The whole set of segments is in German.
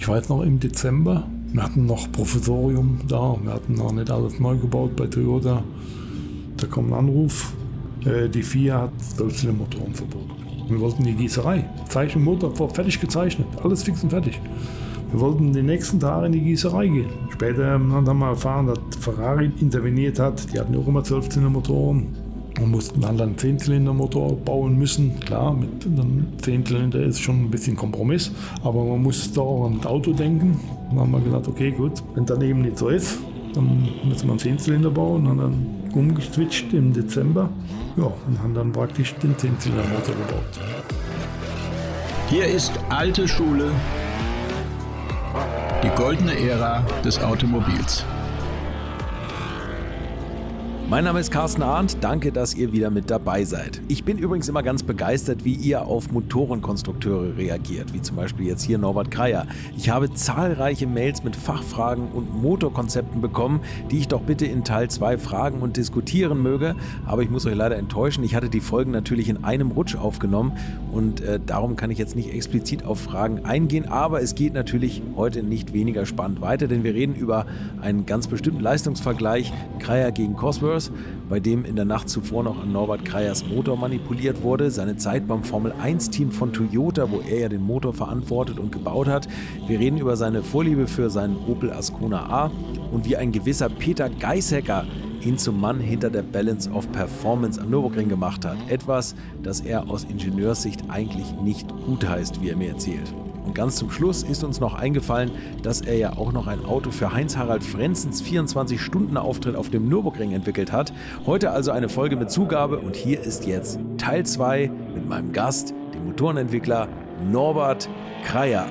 Ich weiß noch, im Dezember, wir hatten noch Professorium da, wir hatten noch nicht alles neu gebaut bei Toyota. Da kommt ein Anruf, die FIA hat 12-Zylinder-Motoren verboten. Wir wollten die Gießerei, Zeichnung, Motor war fertig gezeichnet, alles fix und fertig. Wir wollten den nächsten Tag in die Gießerei gehen. Später haben wir erfahren, dass Ferrari interveniert hat. Die hatten auch immer 12-Zylinder-Motoren. Wir mussten dann einen 10-Zylinder-Motor bauen müssen. Klar, mit einem 10-Zylinder ist schon ein bisschen Kompromiss. Aber man muss da auch an das Auto denken. Dann haben wir gesagt, okay, gut, wenn das eben nicht so ist, dann müssen wir einen 10-Zylinder bauen. Und dann umgeswitcht im Dezember. Ja, und haben dann praktisch den 10-Zylinder-Motor gebaut. Hier ist alte Schule. Die goldene Ära des Automobils. Mein Name ist Carsten Arndt, danke, dass ihr wieder mit dabei seid. Ich bin übrigens immer ganz begeistert, wie ihr auf Motorenkonstrukteure reagiert, wie zum Beispiel jetzt hier Norbert Kreier. Ich habe zahlreiche Mails mit Fachfragen und Motorkonzepten bekommen, die ich doch bitte in Teil 2 fragen und diskutieren möge. Aber ich muss euch leider enttäuschen, ich hatte die Folgen natürlich in einem Rutsch aufgenommen und darum kann ich jetzt nicht explizit auf Fragen eingehen. Aber es geht natürlich heute nicht weniger spannend weiter, denn wir reden über einen ganz bestimmten Leistungsvergleich, Kreier gegen Cosworth, bei dem in der Nacht zuvor noch an Norbert Kreiers Motor manipuliert wurde, seine Zeit beim Formel-1-Team von Toyota, wo er ja den Motor verantwortet und gebaut hat. Wir reden über seine Vorliebe für seinen Opel Ascona A und wie ein gewisser Peter Geishecker ihn zum Mann hinter der Balance of Performance am Nürburgring gemacht hat. Etwas, das er aus Ingenieurssicht eigentlich nicht gut heißt, wie er mir erzählt. Und ganz zum Schluss ist uns noch eingefallen, dass er ja auch noch ein Auto für Heinz-Harald Frenzens 24-Stunden-Auftritt auf dem Nürburgring entwickelt hat. Heute also eine Folge mit Zugabe und hier ist jetzt Teil 2 mit meinem Gast, dem Motorenentwickler Norbert Kreier.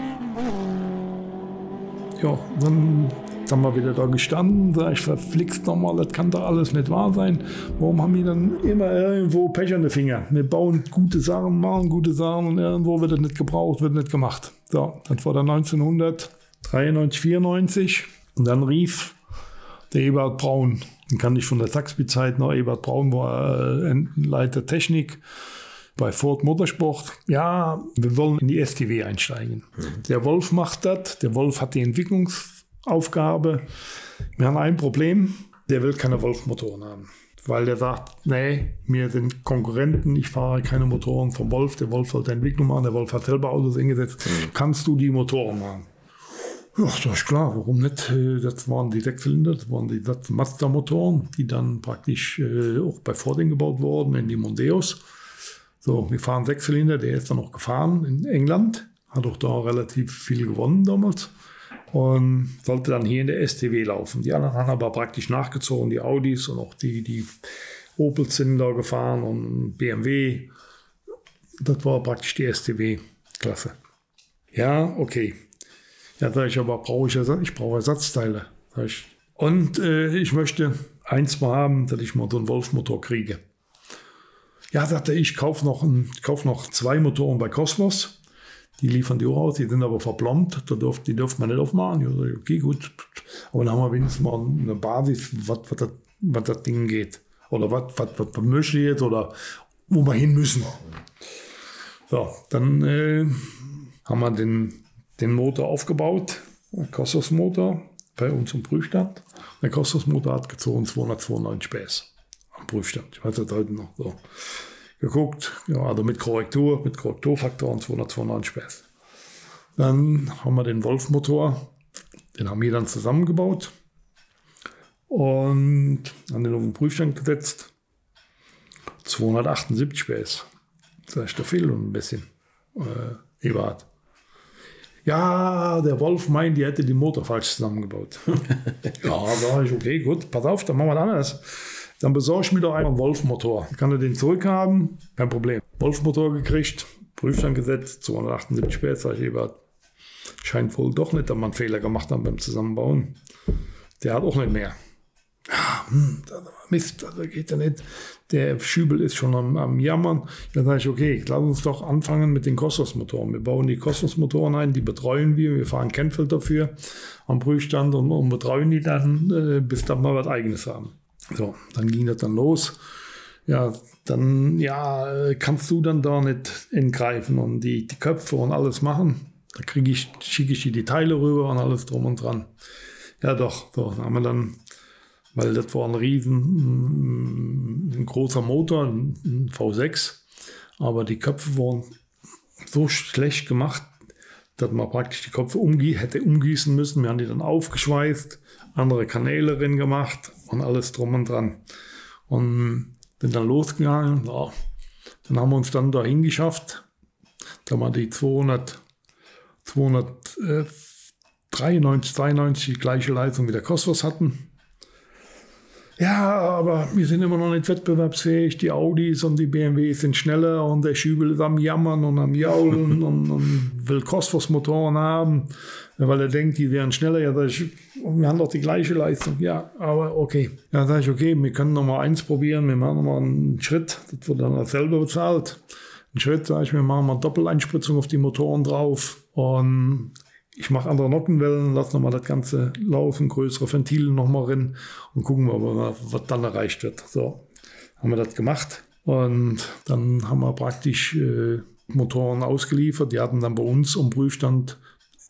Ja, dann haben wir wieder da gestanden, sag ich, verflixt nochmal, das kann doch alles nicht wahr sein. Warum haben die dann immer irgendwo Pech an den Finger? Wir bauen gute Sachen, machen gute Sachen und irgendwo wird das nicht gebraucht, wird nicht gemacht. So, das war dann 1993, 94 und dann rief der Eberhard Braun, den kannte ich von der Saxby-Zeit noch, Eberhard Braun war Leiter Technik bei Ford Motorsport. Ja, wir wollen in die STW einsteigen. Der Wolf macht das, der Wolf hat die Entwicklungsaufgabe. Wir haben ein Problem, der will keine Wolf-Motoren haben. Weil der sagt, nee, wir sind Konkurrenten, ich fahre keine Motoren vom Wolf, der Wolf sollte Entwicklung machen, der Wolf hat selber Autos eingesetzt, kannst du die Motoren machen? Ja, das ist klar, warum nicht? Das waren die Sechszylinder, das waren die Mazda-Motoren, die dann praktisch auch bei Ford gebaut wurden, in die Mondeos. So, wir fahren Sechszylinder, der ist dann noch gefahren in England, hat auch da relativ viel gewonnen damals und sollte dann hier in der STW laufen. Die anderen haben aber praktisch nachgezogen, die Audis und auch die Opels sind da gefahren und BMW. Das war praktisch die STW-Klasse. Ja, okay. Ja, sag ich, aber ich brauche Ersatzteile. Sag ich. Und ich möchte eins mal haben, dass ich mal so einen Wolf-Motor kriege. Ja, sagte ich, kauf noch 2 Motoren bei Cosmos. Die liefern die auch aus, die sind aber verplombt. Die dürfen man nicht aufmachen. Ja, sag ich, okay, gut. Aber dann haben wir wenigstens mal eine Basis, was das Ding geht. Oder was möchte ich jetzt oder wo wir hin müssen. So, dann haben wir den Motor aufgebaut, der Cosmos-Motor, bei uns im Prüfstand. Der Cosmos-Motor hat gezogen 292 PS am Prüfstand. Ich weiß das heute noch so. Geguckt, ja, also mit Korrekturfaktoren 292 PS. Dann haben wir den Wolf-Motor, den haben wir dann zusammengebaut und haben den auf den Prüfstand gesetzt. 278 PS. Das ist da viel und ein bisschen. Eberhard. Ja, der Wolf meint, die hätte den Motor falsch zusammengebaut. Ja, sag ich, okay, gut, pass auf, dann machen wir das anders. Dann besorge ich mir doch einen Wolf-Motor. Kann er den zurückhaben? Kein Problem. Wolf-Motor gekriegt, Prüfstand gesetzt, 278 PS, sag ich, Eberhard. Scheint wohl doch nicht, dass man einen Fehler gemacht haben beim Zusammenbauen. Der hat auch nicht mehr. Ja, Mist, das geht ja nicht. Der Schübel ist schon am Jammern. Dann sage ich, okay, lass uns doch anfangen mit den Cosmos-Motoren. Wir bauen die Cosmos-Motoren ein, die betreuen wir. Wir fahren Kennfeld dafür am Prüfstand und betreuen die dann, bis dann mal was Eigenes haben. So, dann ging das dann los. Ja, dann kannst du dann da nicht eingreifen und die Köpfe und alles machen. Da schicke ich die Teile rüber und alles drum und dran. Ja doch, so haben wir dann, weil das war ein großer Motor, ein V6, aber die Köpfe waren so schlecht gemacht, dass man praktisch die Köpfe hätte umgießen müssen. Wir haben die dann aufgeschweißt, andere Kanäle drin gemacht und alles drum und dran. Und bin dann losgegangen. Ja. Dann haben wir uns dann dahin geschafft. Da haben wir die 293 die gleiche Leistung wie der Cosworth hatten. Ja, aber wir sind immer noch nicht wettbewerbsfähig. Die Audis und die BMWs sind schneller und der Schübel ist am Jammern und am Jaulen und will Cosworth-Motoren haben, weil er denkt, die wären schneller. Ja, wir haben doch die gleiche Leistung. Ja, aber okay. Ja, sag ich, okay, wir können noch mal eins probieren. Wir machen noch mal einen Schritt. Das wird dann selber bezahlt. Ein Schritt, sag ich, wir machen mal Doppeleinspritzung auf die Motoren drauf und ich mache andere Nockenwellen, lasse nochmal das Ganze laufen, größere Ventile nochmal rein und gucken wir, was dann erreicht wird. So, haben wir das gemacht und dann haben wir praktisch Motoren ausgeliefert. Die hatten dann bei uns am Prüfstand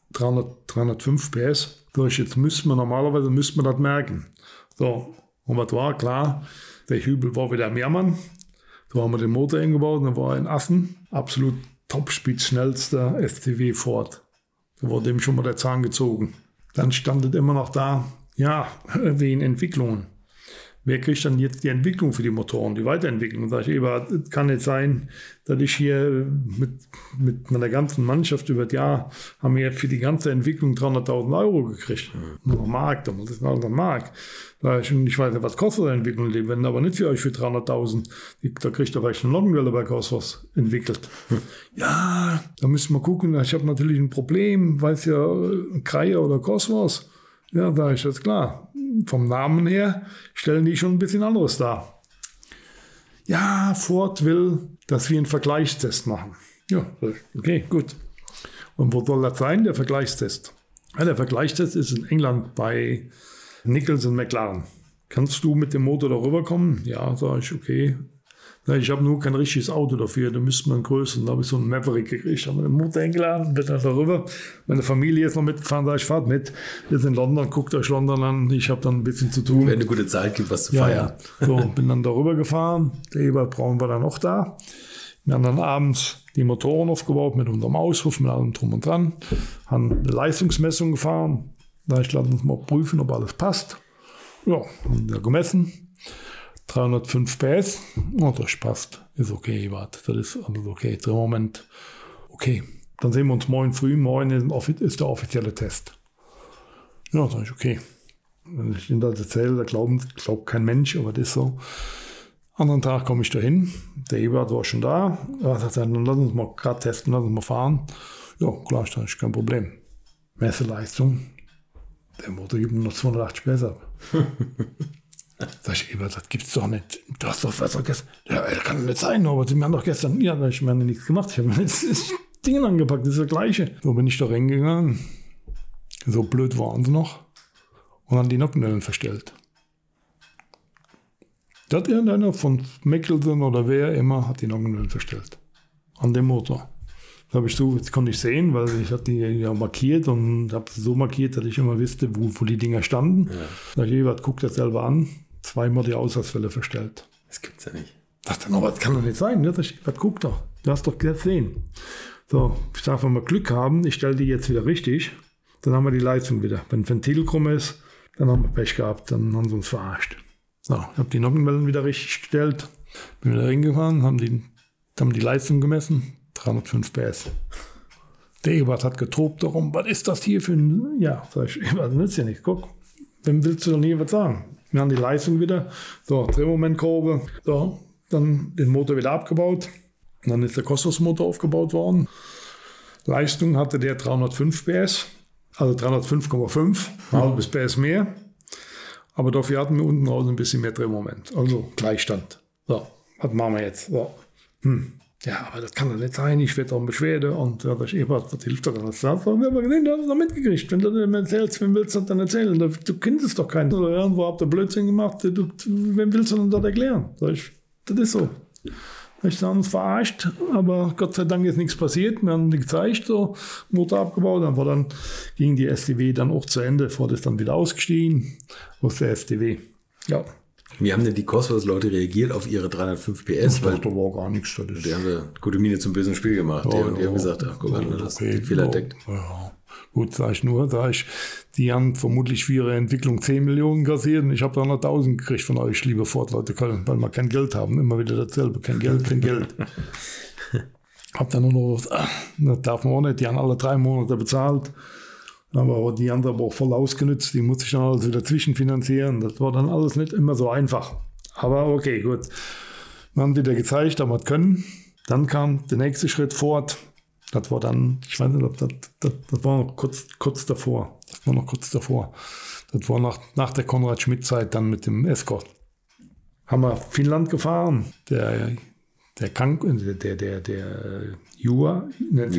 305 PS. Jetzt normalerweise müsste man das merken. So, und was war? Klar, der Hübel war wieder am Jammern. So haben wir den Motor eingebaut und dann war in Assen absolut Topspeed schnellster STW Ford. Da wurde ihm schon mal der Zahn gezogen. Dann stand es immer noch da, ja, wegen Entwicklungen. Wer kriegt dann jetzt die Entwicklung für die Motoren, die Weiterentwicklung? Und da sage ich, es kann nicht sein, dass ich hier mit meiner ganzen Mannschaft über das Jahr haben wir für die ganze Entwicklung 300.000 Euro gekriegt. Nur Mark, das ist ein anderer Mark. Ich weiß nicht, was kostet die Entwicklung, die werden aber nicht für euch für 300.000. Da kriegt ihr vielleicht eine Nockenwelle bei Cosworth entwickelt. Ja, da müssen wir gucken. Ich habe natürlich ein Problem, weiß ja, Kreier oder Cosworth. Ja, da ist das klar. Vom Namen her stellen die schon ein bisschen anderes dar. Ja, Ford will, dass wir einen Vergleichstest machen. Ja, okay, gut. Und wo soll das sein, der Vergleichstest? Ja, der Vergleichstest ist in England bei Nichols und McLaren. Kannst du mit dem Motor darüber kommen? Ja, sage ich, okay. Ich habe nur kein richtiges Auto dafür, da müsste man größer. Da habe ich so einen Maverick gekriegt, habe den Motor eingeladen, bin dann darüber. Meine Familie ist noch mitgefahren, sage ich, fahrt mit. Wir sind in London, guckt euch London an, ich habe dann ein bisschen zu tun. Wenn eine gute Zeit gibt, was zu feiern. Ja. So, bin dann darüber gefahren, der Ebert Braun war dann noch da. Wir haben dann abends die Motoren aufgebaut mit unserem Auspuff, mit allem drum und dran. Haben eine Leistungsmessung gefahren. Da ich lasse uns mal prüfen, ob alles passt. Ja, haben wir gemessen. 305 PS, oh, das passt, ist okay, warte, das ist alles okay, Drehmoment, okay. Dann sehen wir uns morgen früh, morgen ist der offizielle Test. Ja, sag ich, okay. Wenn ich Ihnen das erzähle, da glaubt kein Mensch, aber das ist so. Anderen Tag komme ich dahin, der Ebert war schon da, er sagt, dann lass uns mal gerade testen, lass uns mal fahren. Ja, klar, das ist kein Problem. Messeleistung, der Motor gibt nur noch 280 PS ab. Sag ich, Ebert, das gibt's doch nicht. Du hast doch was vergessen. Ja, das kann doch nicht sein, aber wir haben doch gestern, ja, ich habe nichts gemacht. Ich habe mir das Ding angepackt, das ist das Gleiche. So bin ich da reingegangen. So blöd waren sie noch. Und dann die Nockenwellen verstellt. Da hat irgendeiner von Mickelson oder wer immer hat die Nockenwellen verstellt. An dem Motor. Das konnte ich sehen, weil ich hatte die ja markiert und habe so markiert, dass ich immer wusste, wo die Dinger standen. Ja. Sag ich, Ebert, guck das selber an. Zweimal die Auslasswelle verstellt. Das gibt's ja nicht. Dachte, no, das kann doch nicht sein. Ne? Ebert, guck doch. Du hast doch gesehen. So, ich darf mal Glück haben. Ich stelle die jetzt wieder richtig. Dann haben wir die Leistung wieder. Wenn ein Ventil krumm ist, dann haben wir Pech gehabt. Dann haben sie uns verarscht. So, ich habe die Nockenwellen wieder richtig gestellt. Bin wieder hingefahren, haben die Leistung gemessen. 305 PS. Der Ebert hat getobt darum, was ist das hier für ein... Ja, sag ich, Ebert, das nützt ja nicht. Guck, wem willst du doch nie was sagen? Wir haben die Leistung wieder. So, Drehmomentkurve. So, dann den Motor wieder abgebaut. Und dann ist der Cosworth-Motor aufgebaut worden. Leistung hatte der 305 PS. Also 305,5. Halbes PS mehr. Aber dafür hatten wir unten raus ein bisschen mehr Drehmoment. Also Gleichstand. So, was machen wir jetzt? So. Ja, aber das kann doch nicht sein, ich werde auch Beschwerde und ja, das Ebert, was hilft doch alles? Das haben wir aber gesehen, das hast du noch mitgekriegt. Wenn du dem erzählst, wem willst du das dann erzählen? Du kennst es doch keinen. Irgendwo habt ihr Blödsinn gemacht, wem willst du denn das erklären? Das ist so. Ich sage, uns verarscht, aber Gott sei Dank ist nichts passiert. Wir haben gezeigt, so Motor abgebaut, aber dann ging die STW dann auch zu Ende. Ford ist dann wieder ausgestiegen aus der STW. Ja. Wie haben denn die Cosworth-Leute reagiert auf ihre 305 PS? Weil da war gar nichts. Die haben eine gute Miene zum bösen Spiel gemacht. Die haben gesagt, ach guck mal, das ist Fehler deckt. Ja. Gut, die haben vermutlich für ihre Entwicklung 10 Millionen kassiert und ich habe 300.000 gekriegt von euch, liebe Ford-Leute, weil wir kein Geld haben. Immer wieder dasselbe, kein Geld. Hab dann nur noch, das darf man auch nicht, die haben alle 3 Monate bezahlt. Aber die haben aber auch voll ausgenutzt, die musste ich dann alles wieder zwischenfinanzieren. Das war dann alles nicht immer so einfach. Aber okay, gut. Wir haben wieder gezeigt, dass wir es können. Dann kam der nächste Schritt Ford. Das war dann, ich weiß nicht, ob das war noch kurz davor. Das war nach der Konrad-Schmidt-Zeit dann mit dem Escort. Haben wir Finnland gefahren. Der Jura, der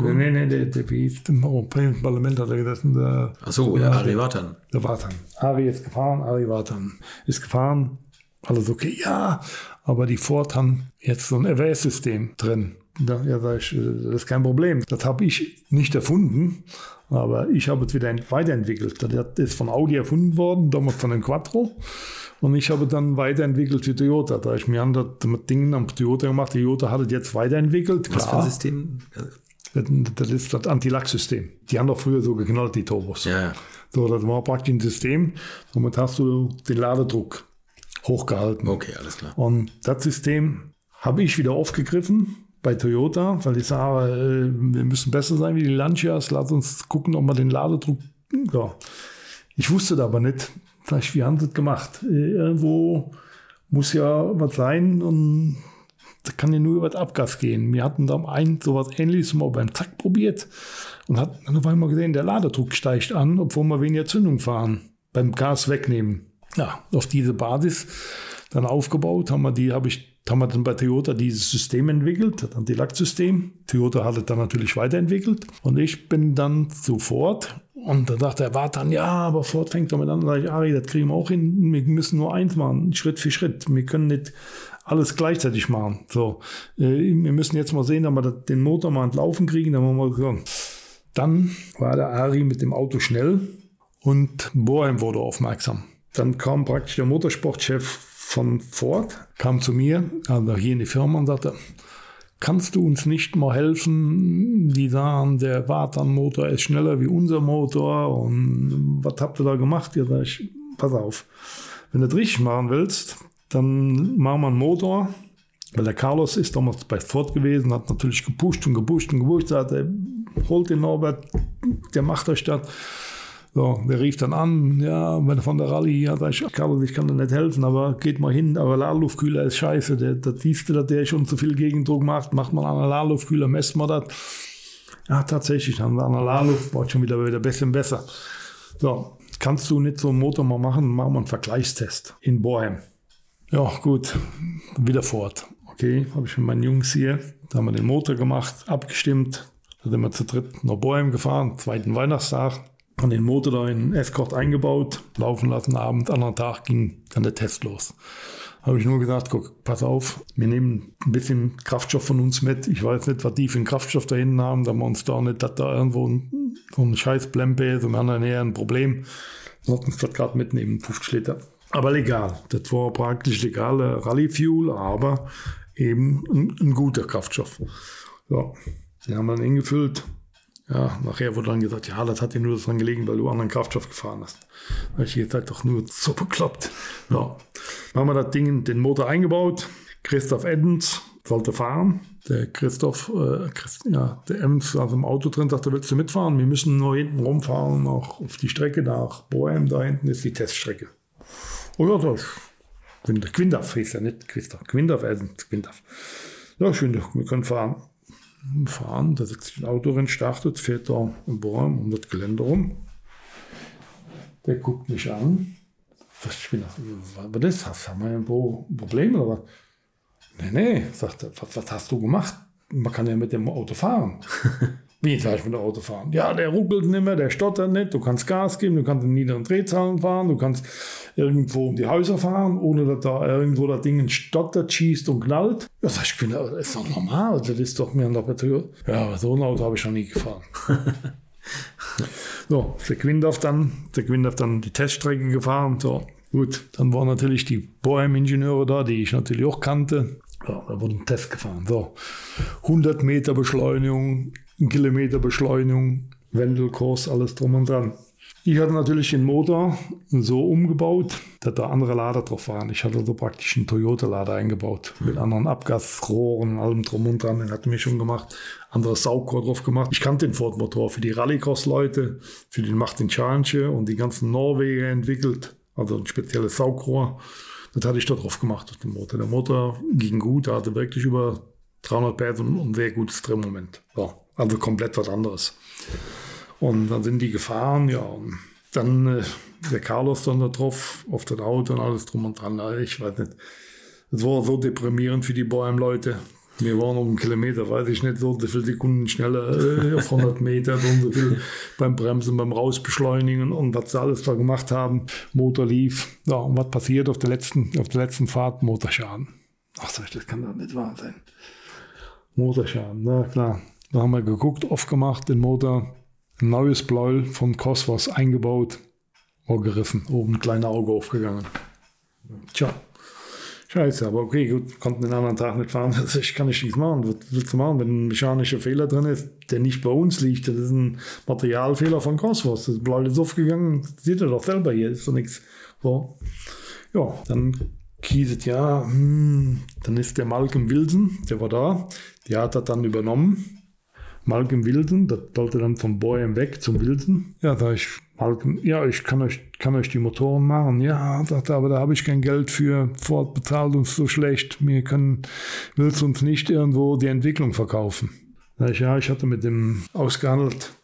wie hieß im Europäischen Parlament hat er gesessen. Ari Vatan. Der Vatan. Ari Vatan ist gefahren. Alles okay, ja, aber die Ford haben jetzt so ein RWS-System drin. Ja, sag ich, das ist kein Problem. Das habe ich nicht erfunden, aber ich habe es wieder weiterentwickelt. Das ist von Audi erfunden worden, damals von dem Quattro. Und ich habe dann weiterentwickelt für Toyota. Da ich mir das Ding am Toyota gemacht. Toyota hat es jetzt weiterentwickelt. Was für ein System? Das ist das Anti-Lack-System. Die haben doch früher so geknallt, die Turbos. Ja. So, das war praktisch ein System. Somit hast du den Ladedruck hochgehalten. Okay, alles klar. Und das System habe ich wieder aufgegriffen bei Toyota, weil ich sage, wir müssen besser sein wie die Lancias. Lass uns gucken, ob wir den Ladedruck... Ja. Ich wusste das aber nicht. Wie haben sie das gemacht? Irgendwo muss ja was sein und da kann ja nur über das Abgas gehen. Wir hatten da sowas Ähnliches mal beim Zack probiert und dann auf einmal gesehen, der Ladedruck steigt an, obwohl wir weniger Zündung fahren, beim Gas wegnehmen. Ja, auf diese Basis dann aufgebaut, haben wir dann bei Toyota dieses System entwickelt, das Anti-Lack-System. Toyota hat es dann natürlich weiterentwickelt und ich bin dann zu Ford und da dachte er, warte dann, ja, aber Ford fängt damit an, da sage ich, Ari, das kriegen wir auch hin, wir müssen nur eins machen, Schritt für Schritt, wir können nicht alles gleichzeitig machen. So, wir müssen jetzt mal sehen, dass wir den Motor mal ans Laufen kriegen, dann haben wir mal gesagt. Dann war der Ari mit dem Auto schnell und Boheim wurde aufmerksam. Dann kam praktisch der Motorsportchef von Ford, kam zu mir, also hier in die Firma und sagte, kannst du uns nicht mal helfen? Die sagen, der Vatan-Motor ist schneller wie unser Motor und was habt ihr da gemacht? Ja, sag ich, pass auf, wenn du das richtig machen willst, dann machen wir einen Motor, weil der Carlos ist damals bei Ford gewesen, hat natürlich gepusht, sagte, holt den Norbert, der macht euch das. So, der rief dann an, ja, wenn er von der Rallye, ja, sag ich, Carlos, ich kann dir nicht helfen, aber geht mal hin, aber Ladeluftkühler ist scheiße, das siehst du, dass der schon zu viel Gegendruck macht man an der Ladeluftkühler, messen wir das. Ja, tatsächlich, haben wir an der Ladeluft, war schon wieder ein bisschen besser. So, kannst du nicht so einen Motor mal machen wir einen Vergleichstest in Boheim. Ja, gut, wieder Ford. Okay, habe ich mit meinen Jungs hier, da haben wir den Motor gemacht, abgestimmt, da sind wir zu dritt nach Boheim gefahren, zweiten Weihnachtstag. Und den Motor da in den Escort eingebaut, laufen lassen, abends, anderen Tag ging dann der Test los. Habe ich nur gesagt, guck, pass auf, wir nehmen ein bisschen Kraftstoff von uns mit. Ich weiß nicht, was die für einen Kraftstoff da hinten haben, da wir uns da nicht, dass da irgendwo so ein scheiß Blempe ist und wir haben dann eher ein Problem. Sollten uns das gerade mitnehmen, 50 Liter. Aber legal, das war praktisch legale Rallye-Fuel, aber eben ein guter Kraftstoff. So, den haben wir dann hingefüllt. Ja, nachher wurde dann gesagt, ja, das hat dir nur daran gelegen, weil du anderen Kraftstoff gefahren hast. Da ich jetzt halt doch nur so bekloppt. Ja, dann haben wir das Ding, den Motor eingebaut. Christoph Edens sollte fahren. Der der Edens saß im Auto drin, sagte, willst du mitfahren? Wir müssen nur hinten rumfahren, auch auf die Strecke nach Boheim. Da hinten ist die Teststrecke. Oh ja, das Quindorf hieß er nicht, Christoph. Quindorf Edens, Quindorf. Ja, schön, wir können fahren. Da sitzt ein Auto drin, startet, fährt da in Boheim um das Gelände rum. Der guckt mich an. Was ist das? Haben wir ein Problem oder was? Nee, sagt er, was hast du gemacht? Man kann ja mit dem Auto fahren. Wie sag ich mit dem Auto fahren? Ja, der ruckelt nicht mehr, der stottert nicht, du kannst Gas geben, du kannst in niederen Drehzahlen fahren, du kannst irgendwo um die Häuser fahren, ohne dass da irgendwo das Ding stottert, schießt und knallt. Ja, sag ich, das ist doch normal, das ist doch mir ein Reparatur. Ja, so ein Auto habe ich noch nie gefahren. So, der Quindorf dann die Teststrecke gefahren, so. Gut, dann waren natürlich die Boehm-Ingenieure da, die ich natürlich auch kannte. Ja, da wurde ein Test gefahren. So, 100 Meter Beschleunigung, 1 Kilometer Beschleunigung, Wendelkurs, alles drum und dran. Ich hatte natürlich den Motor so umgebaut, dass da andere Lader drauf waren. Ich hatte so praktisch einen Toyota-Lader eingebaut, mit anderen Abgasrohren, allem drum und dran. Den hatten wir schon gemacht, anderes Saugrohr drauf gemacht. Ich kannte den Ford-Motor für die Rallycross-Leute, für den Martin Czarnche und die ganzen Norweger entwickelt. Also ein spezielles Saugrohr. Das hatte ich da drauf gemacht auf dem Motor. Der Motor ging gut, er hatte wirklich über 300 PS und ein sehr gutes Drehmoment. Ja, also komplett was anderes. Und dann sind die gefahren, ja, und dann der Carlos dann da drauf, auf das Auto und alles drum und dran. Ich weiß nicht, es war so deprimierend für die Boehm-Leute. Wir waren um einen Kilometer, weiß ich nicht, so viele Sekunden schneller, auf 100 Meter, so viel beim Bremsen, beim Rausbeschleunigen und was sie alles da gemacht haben. Motor lief. Ja, und was passiert auf der letzten Fahrt? Motorschaden. Ach, das kann doch nicht wahr sein. Motorschaden, na klar. Da haben wir geguckt, aufgemacht, den Motor, ein neues Bläu von Cosworth eingebaut, war gerissen, oben ein kleines Auge aufgegangen. Tja. Scheiße, aber okay, gut, konnten den anderen Tag nicht fahren. Ich kann nichts machen. Was willst du machen, wenn ein mechanischer Fehler drin ist, der nicht bei uns liegt? Das ist ein Materialfehler von Cosworth. Das Blau ist aufgegangen, das sieht er doch selber hier, ist doch nichts. So. Ja, dann hieß es ja, dann ist der Malcolm Wilson, der war da, der hat das dann übernommen. Malcolm Wilson, das sollte dann von Boehm weg zum Wilson. Ja, sag ich, Malcolm, ja, ich kann euch die Motoren machen. Ja, sagte, aber da habe ich kein Geld für. Ford bezahlt uns so schlecht. Willst uns nicht irgendwo die Entwicklung verkaufen. Sag ich, ja, ich hatte mit dem ausgehandelt,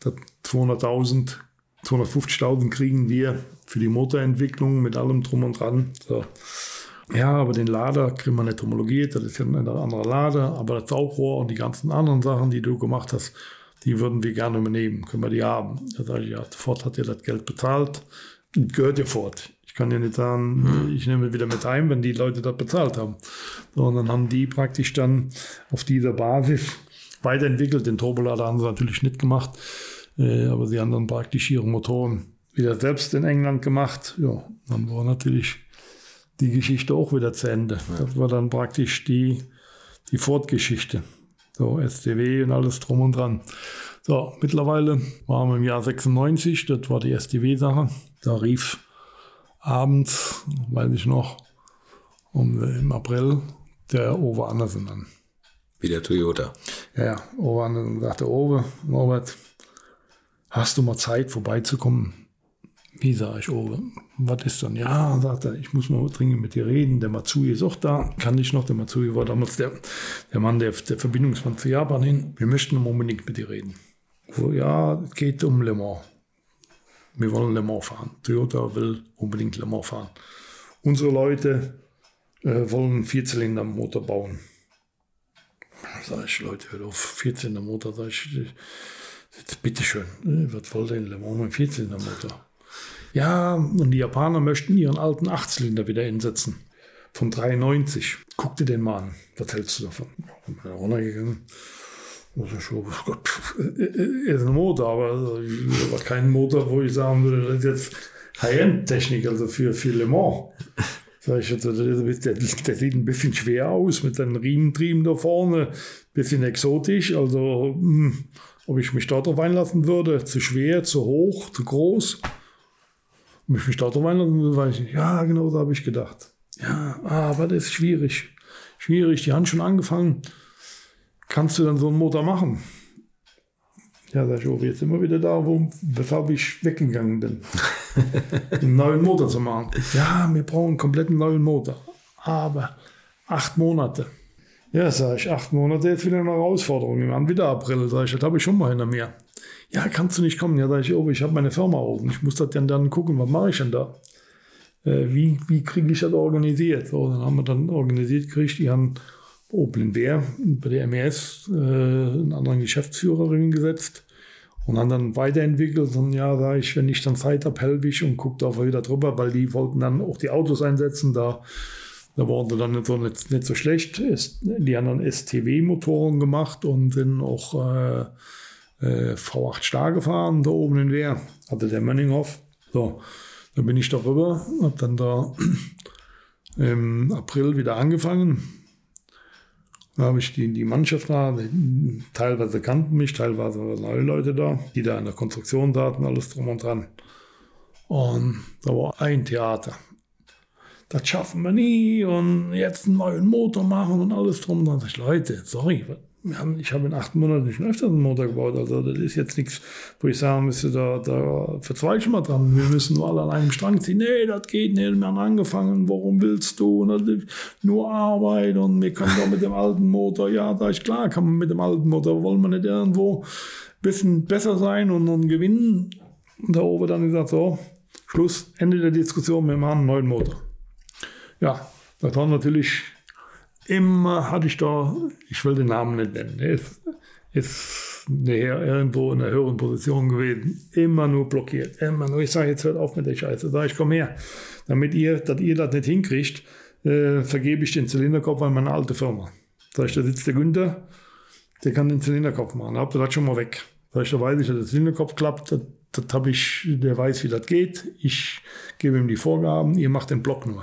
250.000 kriegen wir für die Motorentwicklung mit allem drum und dran. So. Ja, aber den Lader kriegen wir nicht homologiert, das ist ja ein anderer Lader, aber das Saugrohr und die ganzen anderen Sachen, die du gemacht hast, die würden wir gerne übernehmen, können wir die haben. Da sage ich, ja, Ford hat ja das Geld bezahlt, gehört ja Ford. Ich kann ja nicht sagen, ich nehme wieder mit heim, wenn die Leute das bezahlt haben. So, und dann haben die praktisch dann auf dieser Basis weiterentwickelt. Den Turbolader haben sie natürlich nicht gemacht, aber sie haben dann praktisch ihre Motoren wieder selbst in England gemacht. Ja, dann war natürlich die Geschichte auch wieder zu Ende. Ja. Das war dann praktisch die Ford-Geschichte. So, STW und alles drum und dran. So, mittlerweile waren wir im Jahr 96, das war die STW-Sache. Da rief abends, weiß ich noch, im April, der Ove Andersen an. Wie der Toyota. Ja, Ove Andersen sagte, Ove, Norbert, hast du mal Zeit vorbeizukommen? Wie, sage ich, Ove, was ist dann? Ja, sagt er, ich muss mal dringend mit dir reden. Der Matsui ist auch da, kann ich noch. Der Matsui war damals der Mann, der Verbindungsmann zu Japan hin. Wir möchten unbedingt mit dir reden. So, ja, es geht um Le Mans. Wir wollen Le Mans fahren. Toyota will unbedingt Le Mans fahren. Unsere Leute wollen einen Vierzylindermotor bauen. Sag ich, Leute, hört auf, Vierzylindermotor. Sag ich, bitteschön, was wollt ihr in Le Mans mit einem Vierzylindermotor? Ja, und die Japaner möchten ihren alten 8-Zylinder wieder einsetzen. Von 93. Guck dir den mal an. Was hältst du davon? Ich bin runtergegangen. Das ist schon, Gott, ist ein Motor, aber kein Motor, wo ich sagen würde, das ist jetzt High-End-Technik, also für Le Mans. Sag ich, also, der sieht ein bisschen schwer aus mit seinen Riementrieben da vorne. Bisschen exotisch, also ob ich mich da drauf einlassen würde. Zu schwer, zu hoch, zu groß. Ob ich mich da drauf einlassen würde, weiß ich nicht. Ja, genau so habe ich gedacht. Ja, aber das ist schwierig. Schwierig, die haben schon angefangen. Kannst du dann so einen Motor machen? Ja, sag ich, oh, jetzt immer wieder da, weshalb ich weggegangen bin. Einen neuen Motor zu machen. Ja, wir brauchen einen kompletten neuen Motor. Aber 8 Monate. Ja, sag ich, 8 Monate, jetzt wieder eine Herausforderung. Wir haben wieder April, sag ich, das habe ich schon mal hinter mir. Ja, kannst du nicht kommen? Ja, sag ich, oh, ich habe meine Firma oben. Ich muss das dann gucken, was mache ich denn da? Wie kriege ich das organisiert? So, dann haben wir dann organisiert gekriegt, die haben oben in Bär bei der MES einen anderen Geschäftsführer hingesetzt. Und haben dann weiterentwickelt und ja, da ich, wenn ich dann Zeit habe, helfe ich und gucke da wieder drüber, weil die wollten dann auch die Autos einsetzen, da waren sie dann nicht so schlecht. Die haben dann STW-Motoren gemacht und sind auch V8 Star gefahren, da oben in Wehr, hatte der Mönninghoff. So, dann bin ich darüber, habe dann da im April wieder angefangen. Da habe ich die Mannschaft da, teilweise kannten mich, teilweise neue Leute da, die da in der Konstruktion saßen, alles drum und dran. Und da war ein Theater. Das schaffen wir nie und jetzt einen neuen Motor machen und alles drum. Da sage ich, Leute, sorry, ich habe in 8 Monaten schon öfters einen Motor gebaut. Also das ist jetzt nichts, wo ich sagen müsste, da verzweige mal dran. Wir müssen nur alle an einem Strang ziehen. Nee, das geht nicht, wir haben angefangen, warum willst du? Und das ist nur Arbeit und wir können doch mit dem alten Motor. Ja, da ist klar, kann man mit dem alten Motor, wollen wir nicht irgendwo ein bisschen besser sein und gewinnen. Und da oben dann gesagt, so, Schluss, Ende der Diskussion, wir machen einen neuen Motor. Ja, das war natürlich immer, hatte ich da, ich will den Namen nicht nennen, ist irgendwo in einer höheren Position gewesen, immer nur blockiert, immer nur, ich sage, jetzt hört auf mit der Scheiße, sage ich, komm her, damit ihr das nicht hinkriegt, vergebe ich den Zylinderkopf an meine alte Firma. Sag ich, da sitzt der Günther, der kann den Zylinderkopf machen, habt ihr das schon mal weg. Sag ich, da weiß ich, dass der Zylinderkopf klappt, das habe ich, der weiß, wie das geht, ich gebe ihm die Vorgaben, ihr macht den Block nur.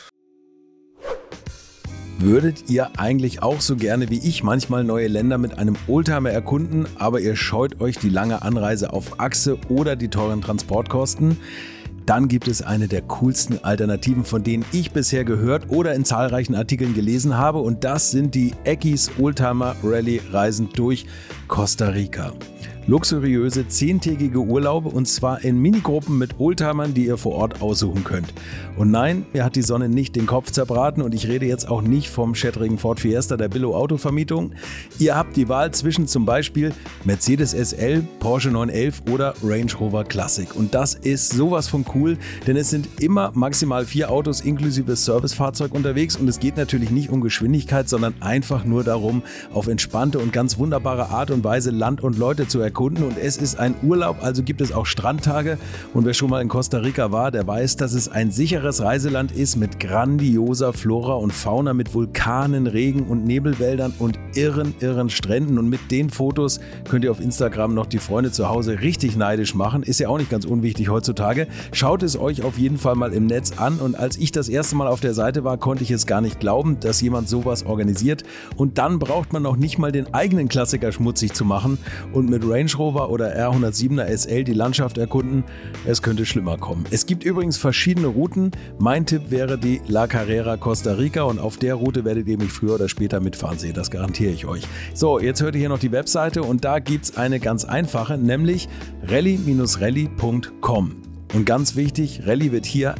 Würdet ihr eigentlich auch so gerne wie ich manchmal neue Länder mit einem Oldtimer erkunden, aber ihr scheut euch die lange Anreise auf Achse oder die teuren Transportkosten? Dann gibt es eine der coolsten Alternativen, von denen ich bisher gehört oder in zahlreichen Artikeln gelesen habe, und das sind die Eckis Oldtimer Rallye Reisen durch Costa Rica. Luxuriöse 10-tägige Urlaube, und zwar in Minigruppen mit Oldtimern, die ihr vor Ort aussuchen könnt. Und nein, mir hat die Sonne nicht den Kopf zerbraten und ich rede jetzt auch nicht vom schättrigen Ford Fiesta der Billo Autovermietung. Ihr habt die Wahl zwischen zum Beispiel Mercedes SL, Porsche 911 oder Range Rover Classic. Und das ist sowas von cool, denn es sind immer maximal 4 Autos inklusive Servicefahrzeug unterwegs und es geht natürlich nicht um Geschwindigkeit, sondern einfach nur darum, auf entspannte und ganz wunderbare Art und Weise Land und Leute zu erkunden. Und es ist ein Urlaub, also gibt es auch Strandtage. Und wer schon mal in Costa Rica war, der weiß, dass es ein sicheres Reiseland ist mit grandioser Flora und Fauna, mit Vulkanen, Regen- und Nebelwäldern und irren Stränden. Und mit den Fotos könnt ihr auf Instagram noch die Freunde zu Hause richtig neidisch machen. Ist ja auch nicht ganz unwichtig heutzutage. Schaut es euch auf jeden Fall mal im Netz an. Und als ich das erste Mal auf der Seite war, konnte ich es gar nicht glauben, dass jemand sowas organisiert. Und dann braucht man noch nicht mal den eigenen Klassiker schmutzig zu machen und mit Range Rover oder R107er SL die Landschaft erkunden. Es könnte schlimmer kommen. Es gibt übrigens verschiedene Routen. Mein Tipp wäre die La Carrera Costa Rica und auf der Route werdet ihr mich früher oder später mitfahren sehen. Das garantiere ich euch. So, jetzt hört ihr hier noch die Webseite und da gibt es eine ganz einfache, nämlich rally-rally.com. Und ganz wichtig, Rally wird hier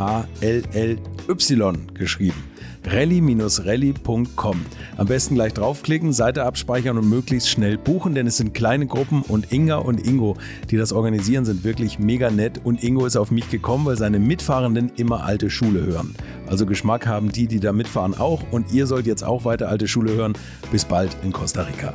R-A-L-L-Y geschrieben. rally-rally.com. Am besten gleich draufklicken, Seite abspeichern und möglichst schnell buchen, denn es sind kleine Gruppen und Inga und Ingo, die das organisieren, sind wirklich mega nett und Ingo ist auf mich gekommen, weil seine Mitfahrenden immer alte Schule hören. Also Geschmack haben die da mitfahren auch und ihr sollt jetzt auch weiter alte Schule hören. Bis bald in Costa Rica.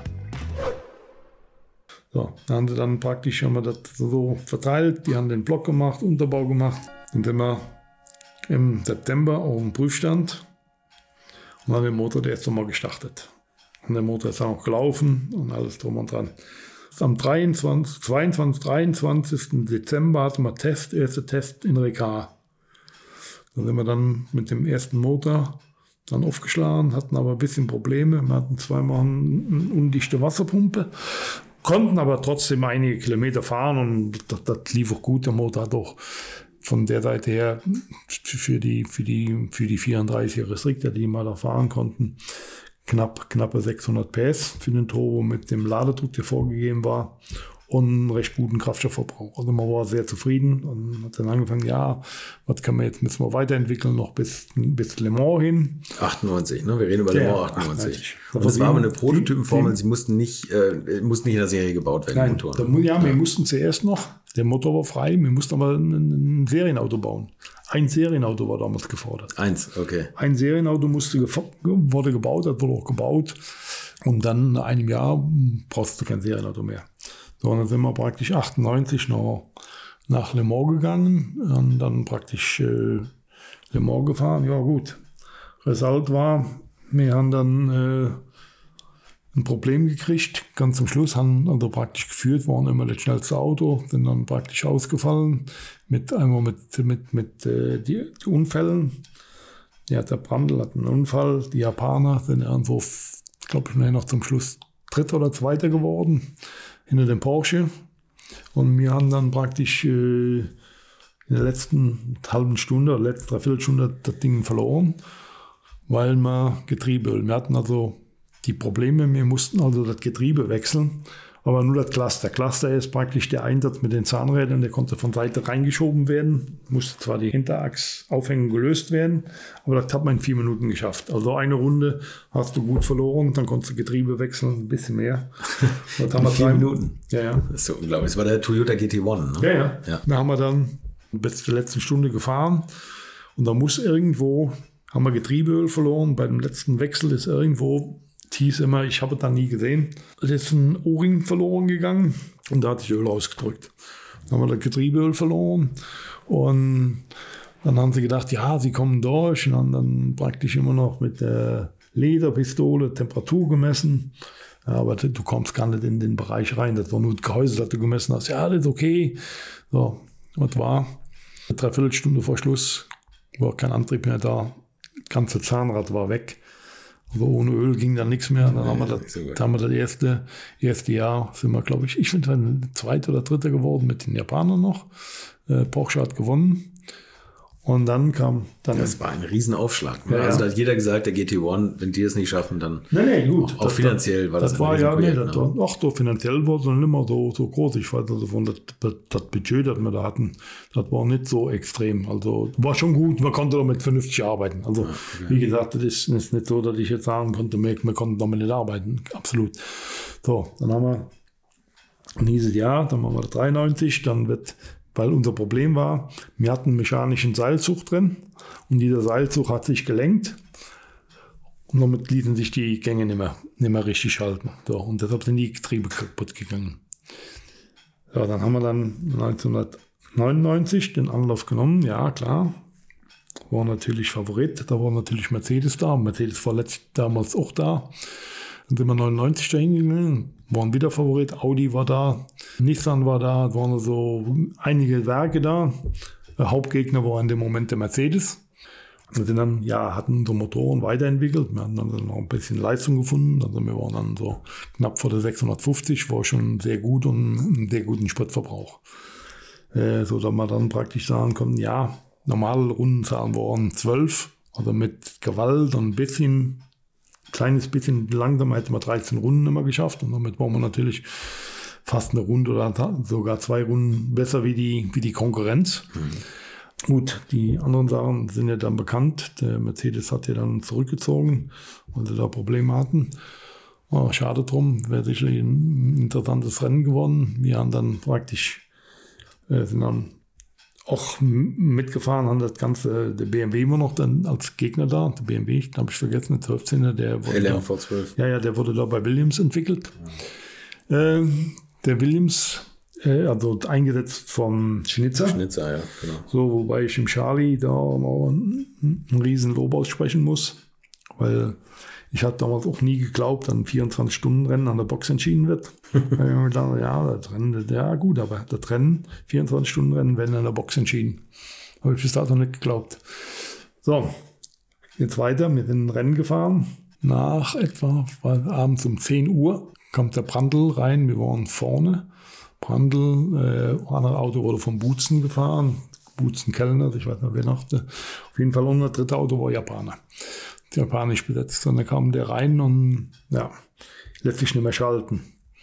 So, da haben sie dann praktisch schon mal das so verteilt, die haben den Block gemacht, Unterbau gemacht und immer im September auf dem Prüfstand. Und dann haben wir den Motor das erste Mal gestartet. Und der Motor ist dann auch gelaufen und alles drum und dran. Am 23. Dezember hatten wir erste Test in Recar. Da sind wir dann mit dem ersten Motor dann aufgeschlagen, hatten aber ein bisschen Probleme. Wir hatten zweimal eine undichte Wasserpumpe, konnten aber trotzdem einige Kilometer fahren und das lief auch gut. Der Motor hat auch von der Seite her für die 34er Restrictor, die wir da fahren konnten, knappe 600 PS für den Turbo mit dem Ladedruck, der vorgegeben war, und einen recht guten Kraftstoffverbrauch. Also man war sehr zufrieden und hat dann angefangen, ja, was kann man jetzt, müssen wir weiterentwickeln, noch bis Le Mans hin. 98, ne? Wir reden über Le Mans 98. Und das war aber eine Prototypenformel, sie mussten nicht in der Serie gebaut werden, nein, die Motoren. Wir mussten zuerst noch, der Motor war frei, wir mussten aber ein Serienauto bauen. Ein Serienauto war damals gefordert. Okay. Ein Serienauto wurde gebaut, das wurde auch gebaut. Und dann nach einem Jahr brauchst du kein Serienauto mehr. So, und dann sind wir praktisch 98 nach Le Mans gegangen und dann praktisch Le Mans gefahren. Ja gut, Result war, wir haben dann ein Problem gekriegt. Ganz zum Schluss haben also praktisch geführt, waren immer das schnellste Auto, sind dann praktisch ausgefallen mit die Unfällen. Ja, der Brandl hat einen Unfall, die Japaner sind irgendwo, glaube ich, noch zum Schluss Dritter oder Zweiter geworden hinter dem Porsche. Und wir haben dann praktisch in der letzten halben Stunde oder letzten Dreiviertelstunde das Ding verloren, weil wir Getriebeöl, wir hatten also die Probleme, wir mussten also das Getriebe wechseln, aber nur das Cluster. Cluster ist praktisch der Einsatz mit den Zahnrädern, der konnte von Seite reingeschoben werden, musste zwar die Hinterachsaufhängung gelöst werden, aber das hat man in 4 Minuten geschafft. Also eine Runde hast du gut verloren, dann konntest du Getriebe wechseln, ein bisschen mehr. Das haben wir 4 Minuten? Ja. Das ist so unglaublich. Das war der Toyota GT1, ne? Ja. Da haben wir dann bis zur letzten Stunde gefahren und da muss irgendwo, haben wir Getriebeöl verloren, bei dem letzten Wechsel ist irgendwo, hieß immer, ich habe da nie gesehen. Es ist ein O-Ring verloren gegangen und da hatte ich Öl rausgedrückt. Dann haben wir das Getriebeöl verloren und dann haben sie gedacht, ja, sie kommen durch und haben dann praktisch immer noch mit der Lederpistole Temperatur gemessen. Ja, aber du kommst gar nicht in den Bereich rein. Das war nur das Gehäuse, das du gemessen hast. Ja, das ist okay. So, was war? Eine Dreiviertelstunde vor Schluss war kein Antrieb mehr da. Das ganze Zahnrad war weg. Aber ohne Öl ging dann nichts mehr. Dann haben wir das erste Jahr, sind wir, glaube ich finde dann Zweiter oder Dritter geworden mit den Japanern noch. Porsche hat gewonnen. Und dann kam dann. Das war ein Riesenaufschlag. Ne? Ja, also da hat jeder gesagt, der GT1, wenn die es nicht schaffen, dann. Nee, gut. Auch finanziell war das ein Riesenprojekt. Finanziell war es noch nicht mehr so groß. Ich weiß also von das Budget, das wir da hatten, das war nicht so extrem. Also war schon gut, man konnte damit vernünftig arbeiten. Also wie gesagt, das ist nicht so, dass ich jetzt sagen konnte, wir konnten damit nicht arbeiten. Absolut. So, dann haben wir dieses Jahr, dann machen wir 93, dann wird. Weil unser Problem war, wir hatten einen mechanischen Seilzug drin und dieser Seilzug hat sich gelenkt und damit ließen sich die Gänge nicht mehr richtig halten. So, und deshalb sind die Getriebe kaputt gegangen. Ja, dann haben wir dann 1999 den Anlauf genommen. Ja, klar, war natürlich Favorit. Da war natürlich Mercedes da. Mercedes war damals auch da. Dann sind wir 99 dahin gegangen, waren wieder Favorit. Audi war da, Nissan war da, waren so einige Werke da. Der Hauptgegner war in dem Moment der Mercedes. Wir sind dann, hatten unsere Motoren weiterentwickelt. Wir hatten dann noch ein bisschen Leistung gefunden. Also wir waren dann so knapp vor der 650, war schon sehr gut und einen sehr guten Spritverbrauch. So dass man dann praktisch sagen konnten, normale Rundenzahlen waren 12, also mit Gewalt und ein kleines bisschen langsamer hätten wir 13 Runden immer geschafft und damit waren wir natürlich fast eine Runde oder sogar 2 Runden besser wie die Konkurrenz. Gut, die anderen Sachen sind ja dann bekannt. Der Mercedes hat ja dann zurückgezogen, weil sie da Probleme hatten. Schade drum, wäre sicherlich ein interessantes Rennen geworden. Wir haben dann praktisch, sind dann auch mitgefahren, haben das Ganze, der BMW immer noch dann als Gegner da. Der BMW, ich glaube, ich vergessen, der 12er, der wurde LM412. Der wurde da bei Williams entwickelt. Der Williams, also eingesetzt vom Schnitzer. Schnitzer, ja, genau. So, wobei ich im Charlie da noch einen riesen Lob aussprechen muss, weil ich hatte damals auch nie geglaubt, dass ein 24-Stunden-Rennen an der Box entschieden wird. Ich habe mir gedacht, das Rennen, gut, aber das Rennen, 24-Stunden-Rennen, werden an der Box entschieden. Habe ich bis dato nicht geglaubt. So, jetzt weiter mit den Rennen gefahren. Nach etwa, abends um 10 Uhr, kommt der Brandl rein, wir waren vorne. Brandl, andere Auto wurde vom Boutsen gefahren. Boutsen Kellner, ich weiß nicht, wer noch. Auf jeden Fall unser drittes Auto war Japaner. Japanisch besetzt. Und dann kam der rein und lässt sich nicht mehr schalten.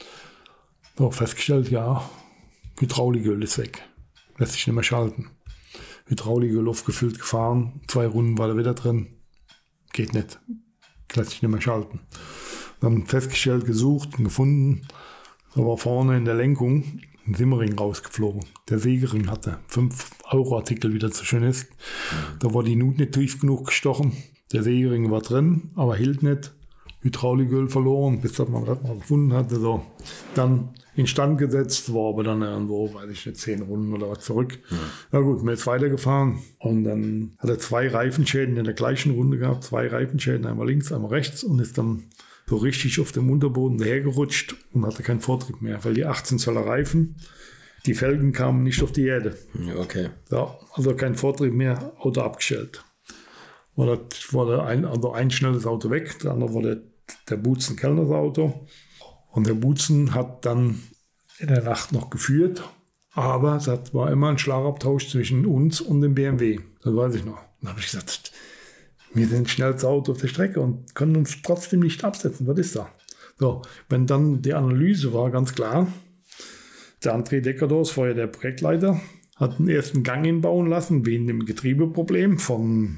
So, festgestellt, Hydrauliköl ist weg. Lässt sich nicht mehr schalten. Hydrauliköl aufgefüllt gefahren, 2 Runden war er wieder drin. Geht nicht. Lässt sich nicht mehr schalten. Dann festgestellt, gesucht und gefunden. Da war vorne in der Lenkung ein Simmering rausgeflogen. Der Sägering hatte 5-Euro-Artikel, wie das so schön ist. Da war die Nut nicht tief genug gestochen. Der Sägering war drin, aber hielt nicht. Hydrauliköl verloren, bis das man das mal gefunden hatte. So. Dann instand gesetzt, war aber dann irgendwo, weiß ich nicht, 10 Runden oder was zurück. Na gut, man ist weitergefahren und dann hat er 2 Reifenschäden in der gleichen Runde gehabt, 2 Reifenschäden, einmal links, einmal rechts und ist dann so richtig auf dem Unterboden dahergerutscht und hatte keinen Vortrieb mehr, weil die 18 Zoller Reifen, die Felgen kamen nicht auf die Erde. Okay. Ja, also kein Vortrieb mehr, Auto abgestellt. War ein schnelles Auto weg, der andere war der Butzen Kellners Auto. Und der Butzen hat dann in der Nacht noch geführt, aber das war immer ein Schlagabtausch zwischen uns und dem BMW. Das weiß ich noch. Dann habe ich gesagt, wir sind das schnellste Auto auf der Strecke und können uns trotzdem nicht absetzen. Was ist da? So, wenn dann die Analyse war, ganz klar, der André Deckerdorf war ja der Projektleiter, hat den ersten Gang hinbauen lassen, wegen dem Getriebeproblem von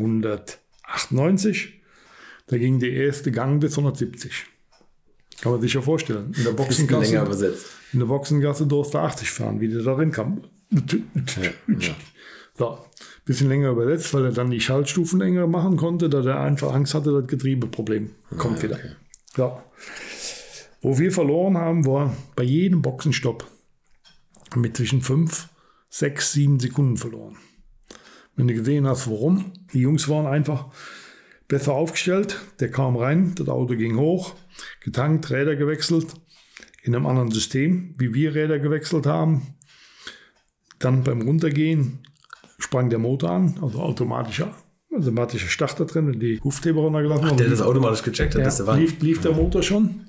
1998. Da ging der erste Gang bis 170. Kann man sich ja vorstellen. In der Boxengasse durfte er 80 fahren, wie der da rein kam. Ja. So, bisschen länger übersetzt, weil er dann die Schaltstufen länger machen konnte, da der einfach Angst hatte, das Getriebeproblem kommt wieder. Okay. Ja. Wo wir verloren haben, war bei jedem Boxenstopp mit zwischen 5, 6, 7 Sekunden verloren. Wenn du gesehen hast, warum, die Jungs waren einfach besser aufgestellt. Der kam rein, das Auto ging hoch, getankt, Räder gewechselt, in einem anderen System, wie wir Räder gewechselt haben. Dann beim Runtergehen sprang der Motor an, also automatischer Starter drin, wenn die Huftheber runtergelassen haben. Der das automatisch gecheckt hat, dass der war. Lief der Motor schon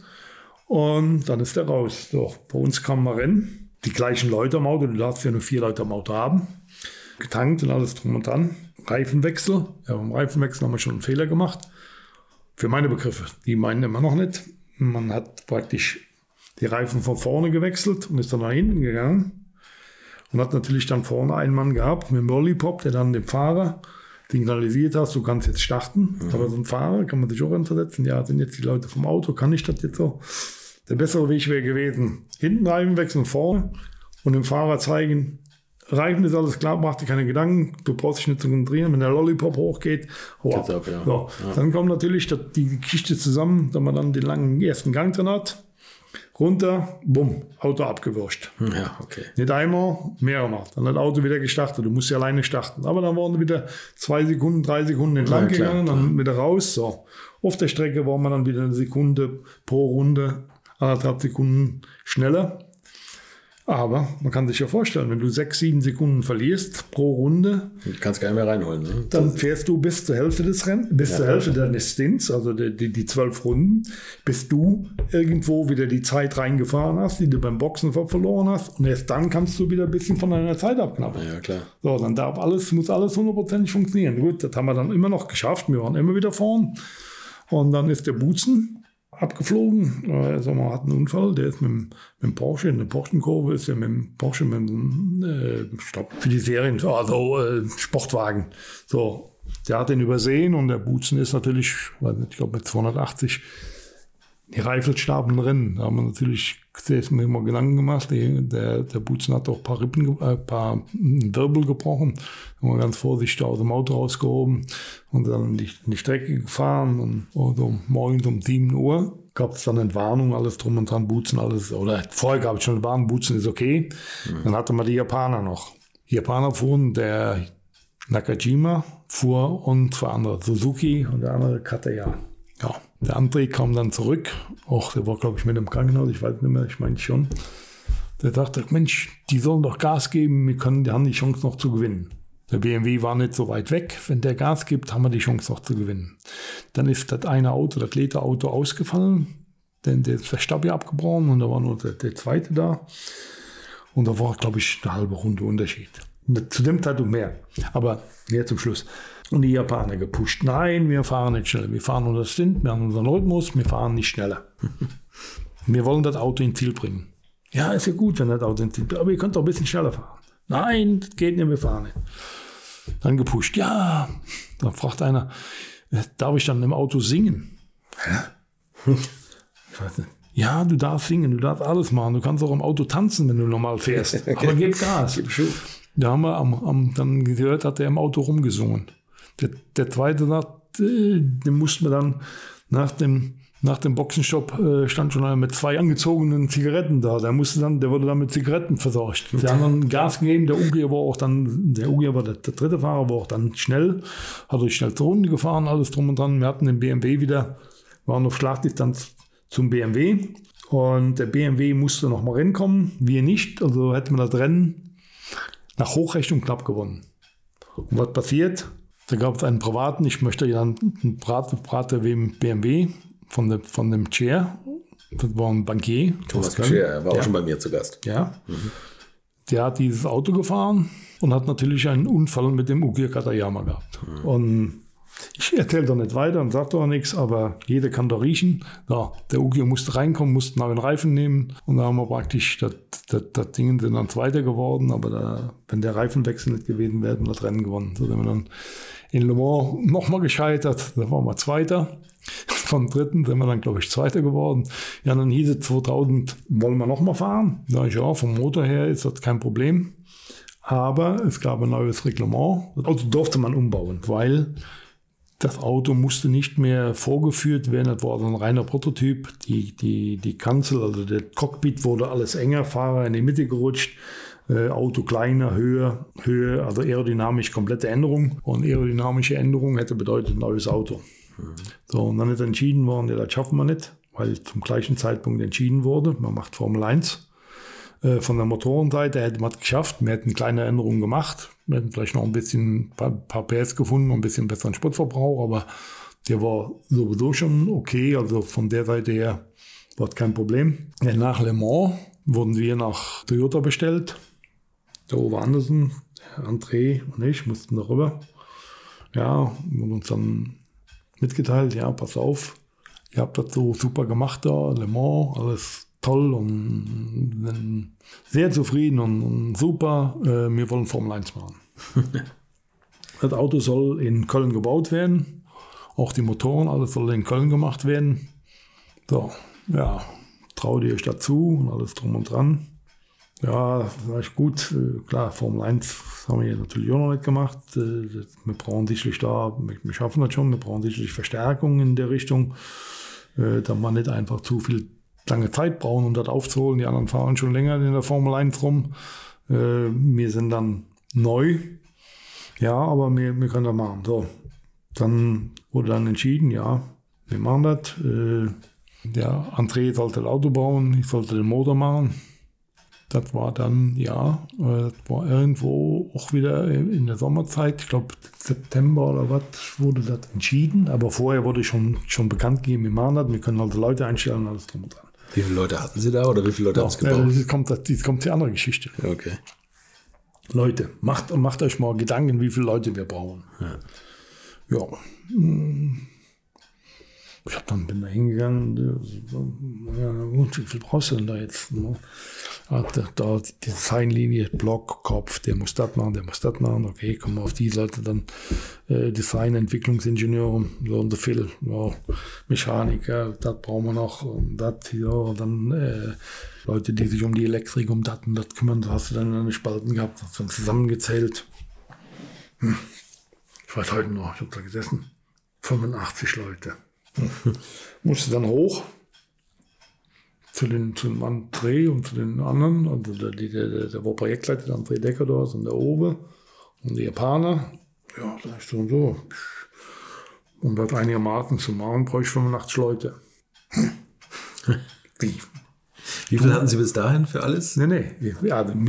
und dann ist der raus. So, bei uns kam mal rein, die gleichen Leute am Auto, du darfst ja nur 4 Leute am Auto haben, getankt und alles drum und dran. Reifenwechsel, ja, beim Reifenwechsel haben wir schon einen Fehler gemacht. Für meine Begriffe, die meinen immer noch nicht. Man hat praktisch die Reifen von vorne gewechselt und ist dann nach hinten gegangen. Und hat natürlich dann vorne einen Mann gehabt mit dem Lollipop, der dann dem Fahrer signalisiert hat, du kannst jetzt starten. Aber so ein Fahrer kann man sich auch hintersetzen. Ja, sind jetzt die Leute vom Auto, kann ich das jetzt so? Der bessere Weg wäre gewesen, hinten Reifen wechseln, vorne und dem Fahrer zeigen, Reifen ist alles klar, mach dir keine Gedanken, du brauchst dich nicht zu konzentrieren, wenn der Lollipop hochgeht, ab. Ja. So. Ja. Dann kommt natürlich die Geschichte zusammen, wenn man dann den langen ersten Gang drin hat, runter, bumm, Auto abgewirscht. Ja, okay. Nicht einmal, mehrmal. Dann hat das Auto wieder gestartet, du musst ja alleine starten. Aber dann waren wir wieder 2 Sekunden, 3 Sekunden entlang gegangen, dann wieder raus. So. Auf der Strecke war man dann wieder 1 Sekunde pro Runde, 1,5 Sekunden schneller. Aber man kann sich ja vorstellen, wenn du 6, 7 Sekunden verlierst pro Runde, du kannst gar nicht mehr reinholen. Ne? Dann fährst du bis zur Hälfte des Rennens, bis zur Hälfte deines Stints, also die 12 Runden, bis du irgendwo wieder die Zeit reingefahren hast, die du beim Boxen verloren hast. Und erst dann kannst du wieder ein bisschen von deiner Zeit abknappen. Ja, klar. So, dann muss alles 100% funktionieren. Gut, das haben wir dann immer noch geschafft. Wir waren immer wieder vorn. Und dann ist der Butzen abgeflogen. Also man hat einen Unfall, der ist mit dem Porsche, in der Porsche-Kurve ist er mit dem Porsche für die Serien, also Sportwagen. So, der hat den übersehen und der Butzen ist natürlich, ich glaube mit 280, die Reifen starben drin. Da haben wir natürlich mir immer Gedanken gemacht. Der Butzen hat auch ein paar Wirbel gebrochen. Da haben wir ganz vorsichtig aus dem Auto rausgehoben und dann in die Strecke gefahren. Und so morgens um 7 Uhr gab es dann eine Warnung, alles drum und dran, Butzen, alles. Oder vorher gab es schon eine Warnung, Butzen ist okay. Dann hatte man die Japaner noch. Die Japaner fuhren, der Nakajima fuhr und 2 andere, Suzuki und der andere Kataya. Ja, der André kam dann zurück. Der war, glaube ich, mit im Krankenhaus. Ich weiß nicht mehr, ich meine schon. Der dachte, Mensch, die sollen doch Gas geben. Die haben die Chance noch zu gewinnen. Der BMW war nicht so weit weg. Wenn der Gas gibt, haben wir die Chance noch zu gewinnen. Dann ist das eine Auto, das Lederauto ausgefallen. Denn der ist der Stab ja abgebrochen und da war nur der zweite da. Und da war, glaube ich, eine halbe Runde Unterschied. Zu dem Zeitpunkt mehr. Aber mehr zum Schluss. Und die Japaner gepusht. Nein, wir fahren nicht schneller. Wir fahren unter Stint, wir haben unseren Rhythmus, wir fahren nicht schneller. Wir wollen das Auto ins Ziel bringen. Ja, ist ja gut, wenn das Auto ins Ziel bringt, aber ihr könnt doch ein bisschen schneller fahren. Nein, das geht nicht, wir fahren nicht. Dann gepusht. Ja, dann fragt einer, darf ich dann im Auto singen? Hä? Ich weiß nicht. Ja, du darfst singen, du darfst alles machen. Du kannst auch im Auto tanzen, wenn du normal fährst. Okay. Aber gib Gas. Da haben wir dann gehört, hat er im Auto rumgesungen. Der zweite sagt, den mussten wir dann Nach dem Boxenstopp stand schon einer mit 2 angezogenen Zigaretten da. Der wurde dann mit Zigaretten versorgt. Der hat dann Gas gegeben. Der Ugier war der dritte Fahrer, war auch dann schnell. Hat durch schnell zur Runde gefahren, alles drum und dran. Wir hatten den BMW wieder, waren auf Schlagdistanz zum BMW. Und der BMW musste noch mal reinkommen, wir nicht. Also hätten wir das Rennen nach Hochrechnung knapp gewonnen. Und was passiert? Da gab es einen privaten, ich möchte ja einen Prater wegen BMW von dem Chair. Das war ein Bankier. Thomas Chair, er war auch schon bei mir zu Gast. Ja. Der hat dieses Auto gefahren und hat natürlich einen Unfall mit dem Ugier Katayama gehabt. Und ich erzähle da nicht weiter und sage doch nichts, aber jeder kann da riechen. Ja, der Ugier musste reinkommen, musste einen neuen Reifen nehmen und da haben wir praktisch, das Ding sind dann Zweiter geworden, aber wenn der Reifenwechsel nicht gewesen wäre, hätten wir das Rennen gewonnen. So sind wir dann in Le Mans nochmal gescheitert, da waren wir Zweiter. Vom Dritten sind wir dann, glaube ich, Zweiter geworden. Ja, dann hieß es 2000, wollen wir nochmal fahren? Da ich, ja, vom Motor her ist das kein Problem. Aber es gab ein neues Reglement. Das Auto durfte man umbauen, weil das Auto musste nicht mehr vorgeführt werden. Das war so ein reiner Prototyp. Die Kanzel, also der Cockpit wurde alles enger, Fahrer in die Mitte gerutscht. Auto kleiner, Höhe, also aerodynamisch komplette Änderung. Und aerodynamische Änderung hätte bedeutet neues Auto. So, und dann ist entschieden worden, ja, das schaffen wir nicht, weil zum gleichen Zeitpunkt entschieden wurde, man macht Formel 1. Von der Motorenseite hätte man es geschafft, wir hätten kleine Änderungen gemacht, wir hätten vielleicht noch ein paar PS gefunden, ein bisschen besseren Spritverbrauch, aber der war sowieso schon okay, also von der Seite her war es kein Problem. Ja, nach Le Mans wurden wir nach Toyota bestellt, der Uwe Andersen, der André und ich mussten darüber. Ja, und uns dann mitgeteilt, ja, pass auf, ihr habt das so super gemacht da, Le Mans, alles toll und sind sehr zufrieden und super, wir wollen Formel 1 machen. Das Auto soll in Köln gebaut werden, auch die Motoren, alles soll in Köln gemacht werden. So, ja, traut ihr euch dazu und alles drum und dran. Ja, das ist gut, klar, Formel 1 haben wir hier natürlich auch noch nicht gemacht. Wir brauchen sicherlich wir schaffen das schon, wir brauchen sicherlich Verstärkung in der Richtung, da man nicht einfach zu viel lange Zeit brauchen, um das aufzuholen. Die anderen fahren schon länger in der Formel 1 rum. Wir sind dann neu, ja, aber wir können das machen. So, dann wurde dann entschieden, ja, wir machen das. Der André sollte das Auto bauen, ich sollte den Motor machen. Das war dann, ja, das war irgendwo auch wieder in der Sommerzeit, ich glaube September oder was, wurde das entschieden. Aber vorher wurde schon bekannt gegeben, wir machen das, wir können also Leute einstellen und alles drum und dran. Wie viele Leute hatten Sie da oder wie viele Leute haben es gebaut? Jetzt kommt die andere Geschichte. Okay. Leute, macht euch mal Gedanken, wie viele Leute wir brauchen. Ja. Ich bin da hingegangen, ja gut, wie viel brauchst du denn da jetzt? Da die Designlinie, Block, Kopf, der muss das machen, okay, kommen wir auf die Seite dann Design, Entwicklungsingenieure, so und so viel, ja, Mechaniker, das brauchen wir noch, und das, ja, dann Leute, die sich um die Elektrik, um das und das kümmern, da hast du dann eine Spalten gehabt, hast dann zusammengezählt. Ich weiß heute noch, ich habe da gesessen, 85 Leute. Musste dann hoch zum André und zu den anderen, also der war Projektleiter, der André Decker da und der Owe und die Japaner. Ja, da ist so und so. Um das einigermaßen zu machen, brauche ich 85 Leute. Wie viel hatten Sie bis dahin für alles? Nee. Ja, bei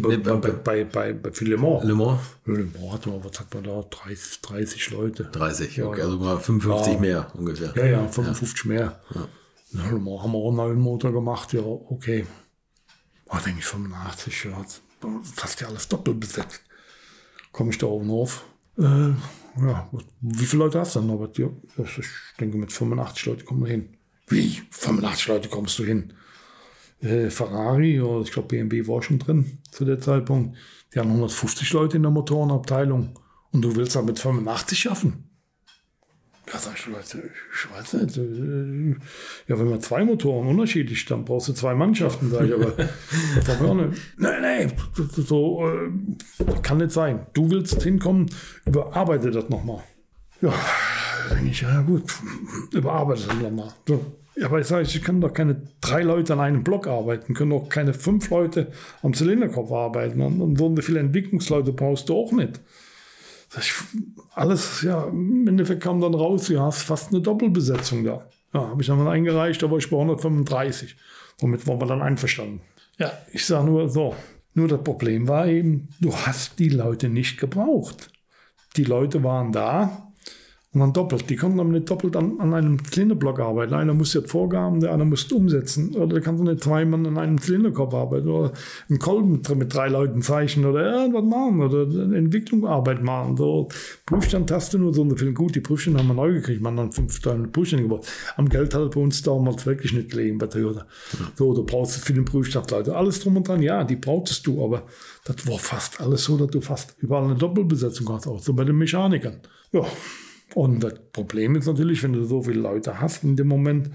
Le Mans. Le Mans hatten wir, was hat man da? 30 Leute. 30, ja, okay, also mal 55 mehr ungefähr. Ja, 55 mehr. Ja. Le Mans haben wir auch einen neuen Motor gemacht, ja, okay. War denke ich 85, ja, fast ja alles doppelt besetzt. Komme ich da oben auf. Ja, wie viele Leute hast du dann, Norbert? Ja, ich denke, mit 85 Leuten kommen wir hin. Wie? 85 Leute kommst du hin? Ferrari, ja, ich glaube BMW war schon drin zu der Zeitpunkt. Die haben 150 Leute in der Motorenabteilung. Und du willst das mit 85 schaffen? Ja, sag ich, ich weiß nicht. Ja, wenn wir 2 Motoren unterschiedlich, dann brauchst du 2 Mannschaften, sag ich, aber das haben wir auch nicht. Nee, so kann nicht sein. Du willst hinkommen, überarbeite das nochmal. Ja, Da denke ich, ja gut, überarbeitet es nochmal. So. Ja, aber ich kann doch keine 3 Leute an einem Block arbeiten, können doch keine 5 Leute am Zylinderkopf arbeiten. Und so viele Entwicklungsleute brauchst du auch nicht. Alles, ja, im Endeffekt kam dann raus, du hast fast eine Doppelbesetzung da. Ja, habe ich dann mal eingereicht, da war ich bei 135. Damit waren wir dann einverstanden. Ja, ich sage nur so, nur das Problem war eben, du hast die Leute nicht gebraucht. Die Leute waren da. Und dann doppelt. Die konnten aber nicht doppelt an einem Zylinderblock arbeiten. Einer muss jetzt Vorgaben, der andere muss umsetzen. Oder da kannst du nicht 2 Mann an einem Zylinderkopf arbeiten. Oder einen Kolben mit 3 Leuten zeichnen. Oder irgendwas machen. Oder eine Entwicklungsarbeit machen. So, Prüfstand hast du nur so viel. Gut, die Prüfstände haben wir neu gekriegt. Man hat 5 Prüfstände gebaut. Am Geld hat es bei uns damals wirklich nicht gelegen bei Toyota. So, du brauchst für den Prüfstand Leute. Alles drum und dran, ja, die brauchtest du. Aber das war fast alles so, dass du fast überall eine Doppelbesetzung hast. Auch so bei den Mechanikern. Ja. Und das Problem ist natürlich, wenn du so viele Leute hast in dem Moment,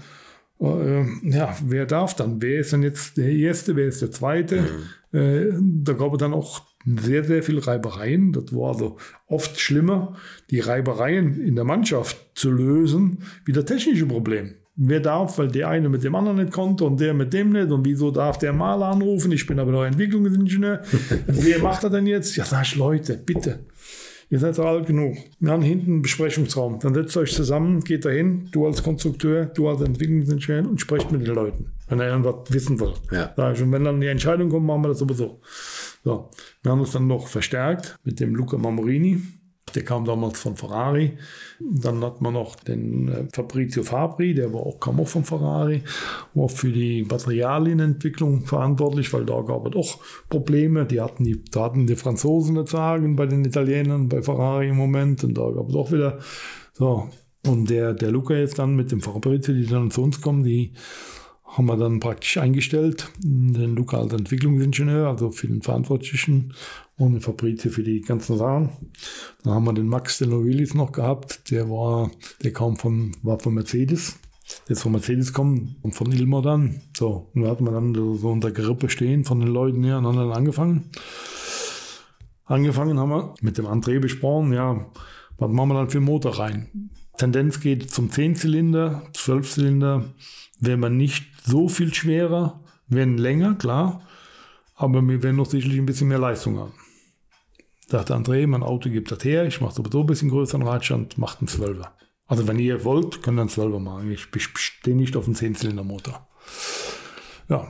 wer darf dann? Wer ist denn jetzt der Erste, wer ist der Zweite? Da gab es dann auch sehr, sehr viele Reibereien. Das war also oft schlimmer, die Reibereien in der Mannschaft zu lösen, wie das technische Problem. Wer darf, weil der eine mit dem anderen nicht konnte und der mit dem nicht. Und wieso darf der Maler anrufen? Ich bin aber noch Entwicklungsingenieur. Wer macht das denn jetzt? Ja, sag ich, Leute, bitte. Ihr seid doch alt genug. Wir haben hinten einen Besprechungsraum. Dann setzt euch zusammen, geht dahin, du als Konstrukteur, du als Entwicklungsingenieur und sprecht mit den Leuten, wenn er irgendwas wissen will. Ja. Und wenn dann die Entscheidung kommt, machen wir das sowieso. So. Wir haben uns dann noch verstärkt mit dem Luca Mamorini. Der kam damals von Ferrari. Dann hat man noch den Fabrizio Fabri, kam auch von Ferrari, war für die Materialienentwicklung verantwortlich, weil da gab es auch Probleme. Da hatten die Franzosen nicht sagen bei den Italienern, bei Ferrari im Moment. Und da gab es auch wieder so. Und der Luca jetzt dann mit dem Fabrizio, die dann zu uns kommen, die haben wir dann praktisch eingestellt. Den Luca als Entwicklungsingenieur, also für den Verantwortlichen, und den Fabrizio für die ganzen Sachen. Dann haben wir den Max de Novillis noch gehabt, war von Mercedes. Der ist von Mercedes gekommen und von Ilmor dann. So, und da hatten wir dann so unter Gerippe stehen von den Leuten her und haben dann angefangen. Angefangen haben wir mit dem André besprochen, ja, was machen wir dann für einen Motor rein? Tendenz geht zum 10-Zylinder, 12-Zylinder, wäre man nicht so viel schwerer, werden länger, klar, aber wir werden noch sicherlich ein bisschen mehr Leistung haben. Sagte André, mein Auto gibt das her, ich mache sowieso ein bisschen größeren Radstand, macht einen 12er. Also wenn ihr wollt, könnt ihr einen 12er machen. Ich stehe nicht auf einen 10-Zylinder-Motor. Ja,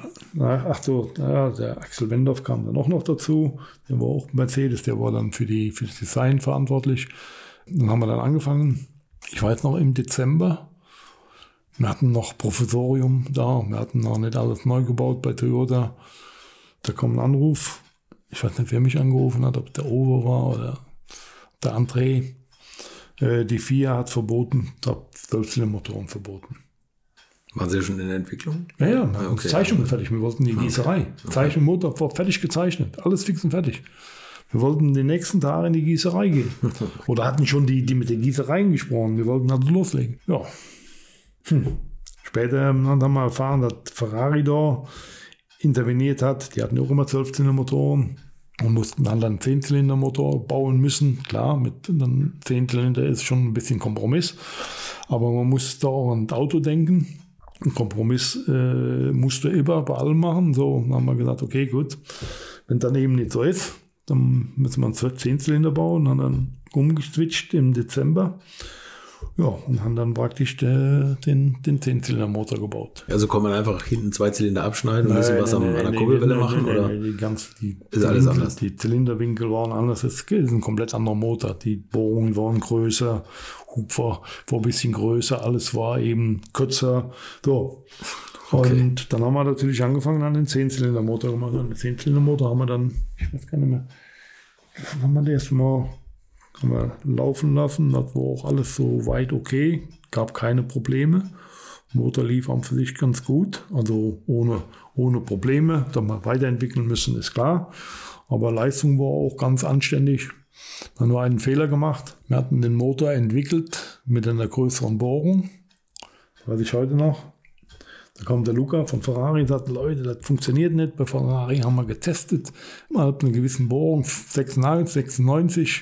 der Axel Wendorf kam dann auch noch dazu. Der war auch Mercedes, der war dann für das Design verantwortlich. Dann haben wir dann angefangen. Ich war jetzt noch im Dezember. Wir hatten noch Professorium da. Wir hatten noch nicht alles neu gebaut bei Toyota. Da kam ein Anruf. Ich weiß nicht, wer mich angerufen hat, ob der Owe war oder der André. Die FIA hat verboten, 12-Zylinder-Motoren verboten. Waren Sie schon in der Entwicklung? Ja, okay. Zeichnung fertig. Wir wollten die Gießerei. Okay. Zeichnung, Motor war fertig gezeichnet. Alles fix und fertig. Wir wollten den nächsten Tag in die Gießerei gehen. Oder hatten schon die mit den Gießereien gesprochen. Wir wollten also loslegen. Ja. Später haben wir erfahren, dass Ferrari da interveniert hat. Die hatten auch immer 12-Zylinder-Motoren und mussten dann einen 10-Zylinder-Motor bauen müssen. Klar, mit einem 10-Zylinder ist schon ein bisschen Kompromiss. Aber man muss da auch an das Auto denken. Ein Kompromiss musst du immer bei allem machen. So dann haben wir gesagt, okay, gut. Wenn dann eben nicht so ist, dann müssen wir einen 10-Zylinder bauen. Haben dann umgeswitcht im Dezember. Ja, und haben dann praktisch den 10-Zylinder-Motor gebaut. Also kann man einfach hinten 2 Zylinder abschneiden und ein bisschen was an der Kurbelwelle machen? Oder? Ist alles anders? Die Zylinderwinkel waren anders. Es ist ein komplett anderer Motor. Die Bohrungen waren größer, Hub war ein bisschen größer, alles war eben kürzer. So. Okay. Und dann haben wir natürlich angefangen an den 10-Zylinder-Motor gemacht. Den 10-Zylinder-Motor haben wir dann, ich weiß gar nicht mehr, haben wir das mal laufen lassen. Das war auch alles so weit okay. Gab keine Probleme. Motor lief an für sich ganz gut. Also ohne Probleme. Da wir weiterentwickeln müssen, ist klar. Aber Leistung war auch ganz anständig. Wir haben nur einen Fehler gemacht. Wir hatten den Motor entwickelt mit einer größeren Bohrung. Das weiß ich heute noch. Da kommt der Luca von Ferrari und sagt, Leute, das funktioniert nicht. Bei Ferrari haben wir getestet. Man hat eine gewisse Bohrung, 96,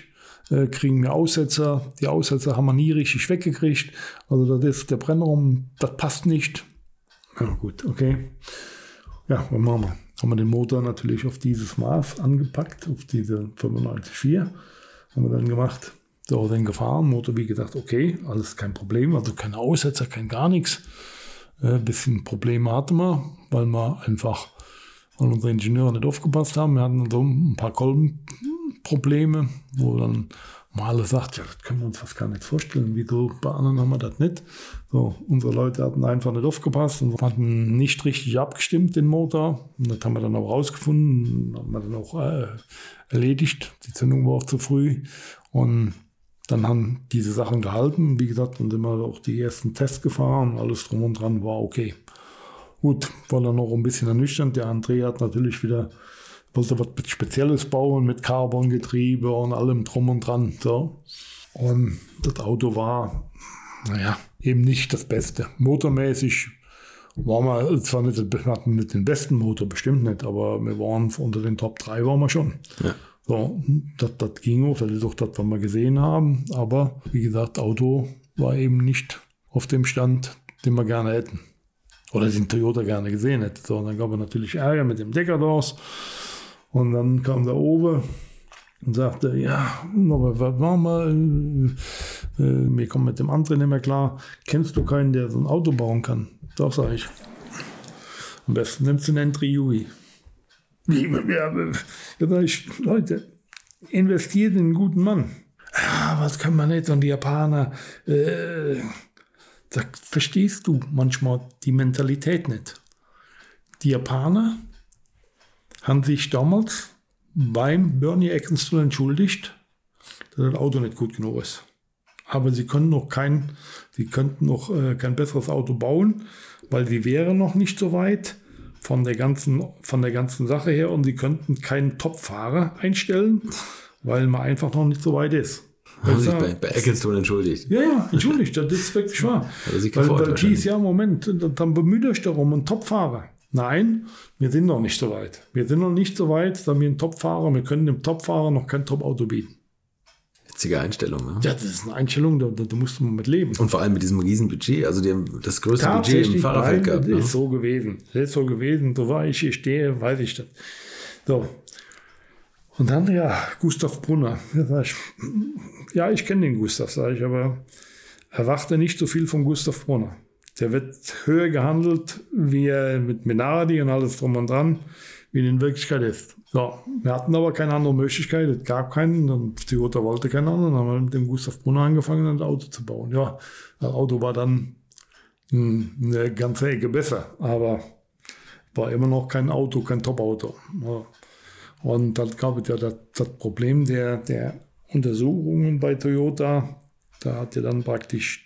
kriegen wir Aussetzer. Die Aussetzer haben wir nie richtig weggekriegt. Also das ist der Brennraum, das passt nicht. Ja gut, okay. Ja, was machen wir? Haben wir den Motor natürlich auf dieses Maß angepackt, auf diese 95,4. Haben wir dann gemacht. So, dann gefahren. Motor, wie gesagt, okay, alles kein Problem. Also keine Aussetzer, kein gar nichts. Bisschen Probleme hatten wir, weil unsere Ingenieure nicht aufgepasst haben. Wir hatten so ein paar Kolbenprobleme, wo dann mal alle sagt, ja, das können wir uns fast gar nicht vorstellen. Wieso bei anderen haben wir das nicht? So, unsere Leute hatten einfach nicht aufgepasst und hatten nicht richtig abgestimmt, den Motor. Und das haben wir dann auch rausgefunden, haben wir dann auch erledigt. Die Zündung war auch zu früh. Und dann haben diese Sachen gehalten. Wie gesagt, dann sind wir auch die ersten Tests gefahren. Alles drum und dran war okay. Gut, war dann noch ein bisschen ernüchternd. Der André hat natürlich wollte was Spezielles bauen mit Carbongetriebe und allem drum und dran. So. Und das Auto war, eben nicht das Beste. Motormäßig waren wir zwar hatten nicht den besten Motor, bestimmt nicht, aber wir waren unter den Top 3 waren wir schon. Ja. So, das ging auch, das ist auch das, was wir gesehen haben. Aber wie gesagt, Auto war eben nicht auf dem Stand, den wir gerne hätten. Oder den Toyota gerne gesehen hätte. So, und dann gab es natürlich Ärger mit dem Deckerdos. Und dann kam der Owe und sagte, ja, aber was machen wir? Wir kommen mit dem anderen nicht mehr klar. Kennst du keinen, der so ein Auto bauen kann? Doch, sag ich. Am besten nimmst du einen Triui. Ja, sag ich, Leute, investiert in einen guten Mann. Ja, was können wir nicht? Und die Japaner, verstehst du manchmal die Mentalität nicht. Die Japaner haben sich damals beim Bernie Ecclestone entschuldigt, dass das Auto nicht gut genug ist. Aber sie könnten noch kein besseres Auto bauen, weil sie wären noch nicht so weit von der ganzen Sache her und sie könnten keinen Top-Fahrer einstellen, weil man einfach noch nicht so weit ist. Haben sich bei Ecclestone entschuldigt. Ja, entschuldigt, das ist wirklich wahr. Weil hieß, ja, Moment, dann bemüht euch darum, einen Top-Fahrer. Nein, wir sind noch nicht so weit. Wir sind noch nicht so weit, dass wir einen Top-Fahrer, wir können dem Top-Fahrer noch kein Top-Auto bieten. Witzige Einstellung, ne? Ja, das ist eine Einstellung, da musst du mit leben. Und vor allem mit diesem riesen Budget, also das größte Budget im Fahrerfeld gehabt. Das ist so gewesen. So war ich hier stehe, weiß ich das. So. Und dann, Gustav Brunner. Ich kenne den Gustav, sage ich, aber erwarte nicht so viel von Gustav Brunner. Der wird höher gehandelt, wie er mit Menardi und alles drum und dran, wie in Wirklichkeit ist. So, wir hatten aber keine andere Möglichkeit, es gab keinen, und Toyota wollte keinen anderen, dann haben wir mit dem Gustav Brunner angefangen, ein Auto zu bauen. Ja, das Auto war dann eine ganze Ecke besser, aber war immer noch kein Auto, kein Top-Auto. Ja. Und dann gab es ja das Problem der Untersuchungen bei Toyota. Da hat ja dann praktisch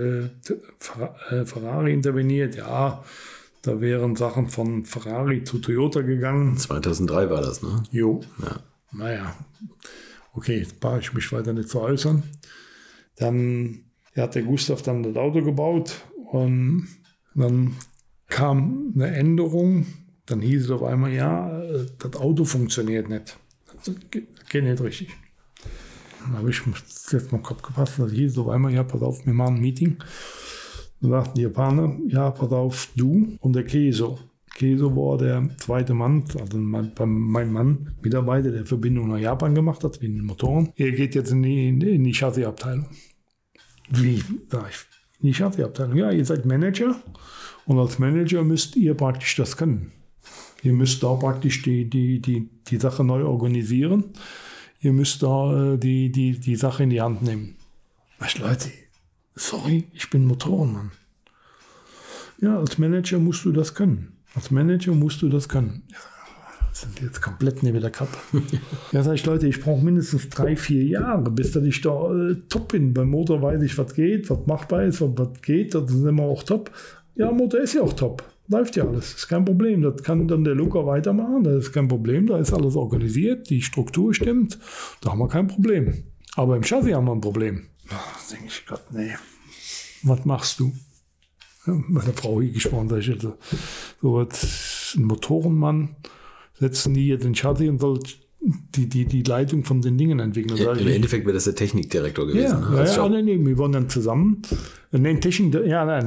Ferrari interveniert. Ja, da wären Sachen von Ferrari zu Toyota gegangen. 2003 war das, ne? Jo. Ja. Naja, okay, jetzt brauche ich mich weiter nicht zu äußern. Dann hat der Gustav dann das Auto gebaut und dann kam eine Änderung. Dann hieß es auf einmal, ja, das Auto funktioniert nicht. Das geht nicht richtig. Dann habe ich jetzt mal im Kopf gepasst. Das hieß auf einmal, ja, pass auf, wir machen ein Meeting. Dann sagten die Japaner, ja, pass auf, du und der Keiso. Keiso war der zweite Mann, also mein Mann, Mitarbeiter, der Verbindung nach Japan gemacht hat, wie in den Motoren. Er geht jetzt in die Chassis-Abteilung. Wie? Sag ich, in die Chassis-Abteilung? Ja, ihr seid Manager und als Manager müsst ihr praktisch das können. Ihr müsst da praktisch die Sache neu organisieren. Ihr müsst da die Sache in die Hand nehmen. Weißt du, Leute, sorry, ich bin Motorenmann. Ja, als Manager musst du das können. Als Manager musst du das können. Ja, das sind jetzt komplett neben der Kappe. Ja, sag ich, Leute, ich brauche mindestens 3-4 Jahre, bis dass ich da top bin. Beim Motor weiß ich, was geht, was machbar ist, was geht. Das sind wir auch top. Ja, Motor ist ja auch top. Läuft ja alles. Ist kein Problem. Das kann dann der Luca weitermachen. Das ist kein Problem. Da ist alles organisiert. Die Struktur stimmt. Da haben wir kein Problem. Aber im Chassis haben wir ein Problem. Da denke ich, Gott, nee. Was machst du? Ja, mit einer Frau hier gesprochen, sag ich jetzt. So was, ein Motorenmann setzen die jetzt in Chassis und soll die Leitung von den Dingen entwickeln. Ja, im Endeffekt wäre das der Technikdirektor gewesen. Nee, wir waren dann zusammen. Der technische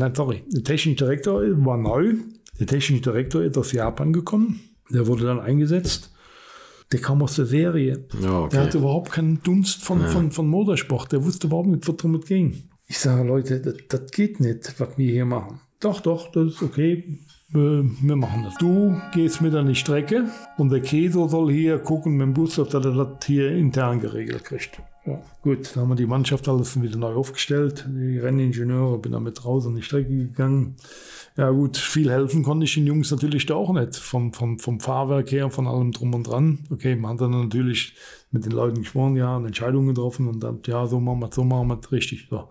Direktor war neu. Der technische Direktor ist aus Japan gekommen. Der wurde dann eingesetzt. Der kam aus der Serie. Ja, okay. Der hatte überhaupt keinen Dunst von Motorsport. Der wusste überhaupt nicht, was damit ging. Ich sage, Leute, das geht nicht, was wir hier machen. Doch, das ist okay. Wir machen das. Du gehst mit an die Strecke und der Keso soll hier gucken mit dem Bus, ob er das hier intern geregelt kriegt. Ja, gut, dann haben wir die Mannschaft alles wieder neu aufgestellt. Die Renningenieure, bin damit raus an die Strecke gegangen. Ja gut, viel helfen konnte ich den Jungs natürlich da auch nicht. Vom Fahrwerk her, von allem drum und dran. Okay, man hat dann natürlich mit den Leuten gesprochen, ja, eine Entscheidung getroffen und dann, ja, so machen wir es richtig. So.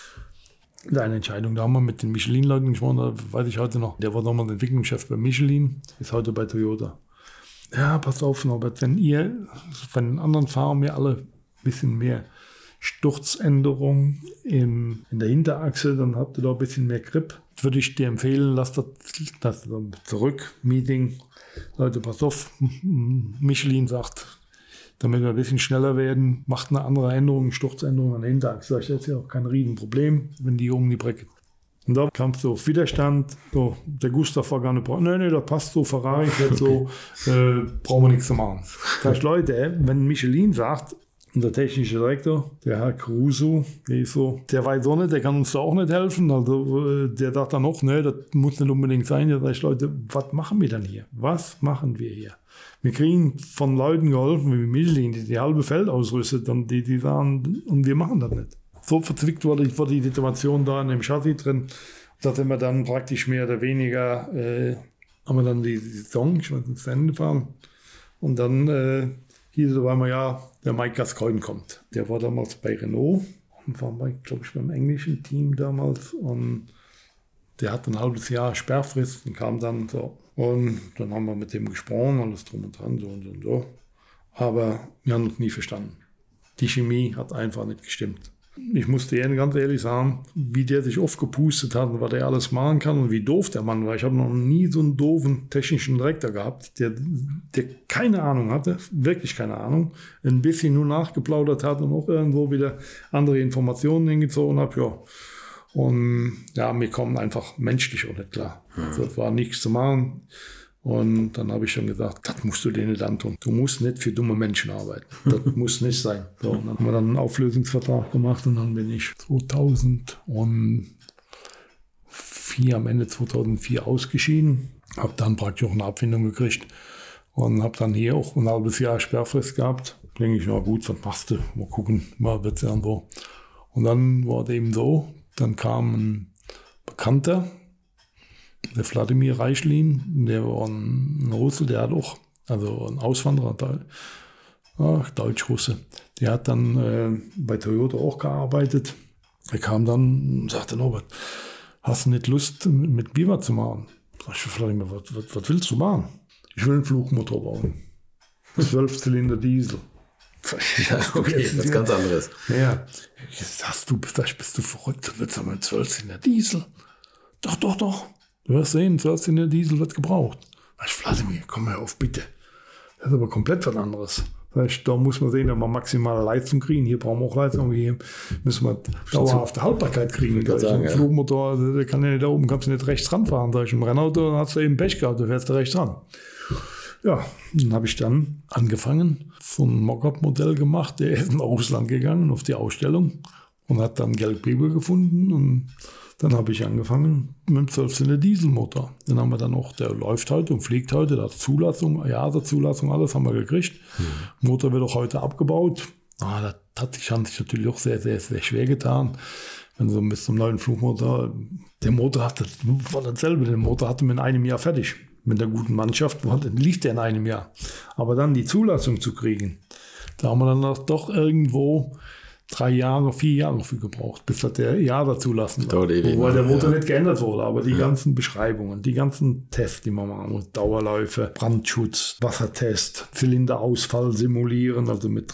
Eine Entscheidung, da haben wir mit den Michelin-Leuten gesprochen, da weiß ich heute noch. Der war damals Entwicklungschef bei Michelin, ist heute bei Toyota. Ja, pass auf, Norbert, wenn ihr von den anderen Fahrern mir alle ein bisschen mehr Sturzänderung in der Hinterachse, dann habt ihr da ein bisschen mehr Grip. Würde ich dir empfehlen, lass das zurück, Meeting. Leute, pass auf, Michelin sagt, damit wir ein bisschen schneller werden, macht eine andere Änderung, Sturzänderung an der Hinterachse. Das ist ja auch kein Riesenproblem, wenn die um die Brecke. Und da kam es so auf Widerstand, so, der Gustav war gar nicht, nee, das passt so, Ferrari jetzt so, brauchen wir nichts zu machen. Das heißt, Leute, wenn Michelin sagt, unser technischer Direktor, der Herr Caruso, der weiß auch nicht, der kann uns da auch nicht helfen. Also der dachte dann noch, das muss nicht unbedingt sein. Da sage ich, Leute, was machen wir denn hier? Was machen wir hier? Wir kriegen von Leuten geholfen, wie Michelin, die halbe Feld ausrüstet und die sagen, und wir machen das nicht. So verzwickt wurde die Situation da in dem Chassis drin, dass wir dann praktisch mehr oder weniger, haben wir dann die Saison, ich weiß nicht, zu Ende fahren. Und dann hieß es auf einmal, ja, der Mike Gascoigne kommt. Der war damals bei Renault und war, glaube ich, beim englischen Team damals. Und der hat ein halbes Jahr Sperrfrist und kam dann so. Und dann haben wir mit dem gesprochen, alles drum und dran, so und so und so. Aber wir haben uns nie verstanden. Die Chemie hat einfach nicht gestimmt. Ich musste Ihnen ganz ehrlich sagen, wie der sich oft gepustet hat und was er alles machen kann und wie doof der Mann war. Ich habe noch nie so einen doofen technischen Direktor gehabt, der keine Ahnung hatte, wirklich keine Ahnung, ein bisschen nur nachgeplaudert hat und auch irgendwo wieder andere Informationen hingezogen hat. Ja. Und ja, wir kommen einfach menschlich auch nicht klar. Also, das war nichts zu machen. Und dann habe ich schon gesagt, das musst du dir nicht antun. Du musst nicht für dumme Menschen arbeiten. Das muss nicht sein. So, und dann haben wir dann einen Auflösungsvertrag gemacht und dann bin ich 2004, am Ende 2004 ausgeschieden. Habe dann praktisch auch eine Abfindung gekriegt und habe dann hier auch ein halbes Jahr Sperrfrist gehabt. Denke ich, na gut, was machst du? Mal gucken, mal wird's ja so. Und dann war es eben so, dann kam ein Bekannter, der Wladimir Reichlin, der war ein Russe, der hat auch, also ein Auswanderer, Deutsch-Russe, der hat dann bei Toyota auch gearbeitet. Er kam dann und sagte, Norbert, hast du nicht Lust, mit mir was zu machen? Sag ich, Wladimir, was willst du machen? Ich will einen Flugmotor bauen. 12-Zylinder Diesel. Ja, okay, das ist ganz anderes. Ja, jetzt bist du verrückt, du willst aber einen 12-Zylinder Diesel. Doch. Du wirst sehen, 12-Zylinder Diesel wird gebraucht. Sag ich, Wladimir, komm mal auf, bitte. Das ist aber komplett was anderes. Da muss man sehen, dass wir maximale Leistung kriegen. Hier brauchen wir auch Leistung. Hier müssen wir dauerhafte Haltbarkeit kriegen. Ein Flugmotor, der kann ja nicht da oben, kannst du nicht rechts ranfahren. Sag ich, im Rennauto hast du eben Pech gehabt, du fährst da rechts ran. Ja, dann habe ich dann angefangen, so ein Mockup-Modell gemacht. Der ist nach Russland gegangen auf die Ausstellung und hat dann Geldgeber gefunden. Und dann habe ich angefangen mit dem 12-Zylinder Dieselmotor. Den haben wir dann auch, der läuft heute und fliegt heute, da hat Zulassung, Zulassung, alles haben wir gekriegt. Motor wird auch heute abgebaut. Das hat sich natürlich auch sehr, sehr, sehr schwer getan. Wenn so mit so einem neuen Flugmotor, der Motor war dasselbe, der Motor hatte man in einem Jahr fertig. Mit der guten Mannschaft lief der in einem Jahr. Aber dann die Zulassung zu kriegen, da haben wir dann doch irgendwo 3 Jahre, 4 Jahre für gebraucht, bis das der zulassen war. Wobei der Motor nicht geändert wurde, aber die ganzen Beschreibungen, die ganzen Tests, die man machen muss, Dauerläufe, Brandschutz, Wassertest, Zylinderausfall simulieren, also mit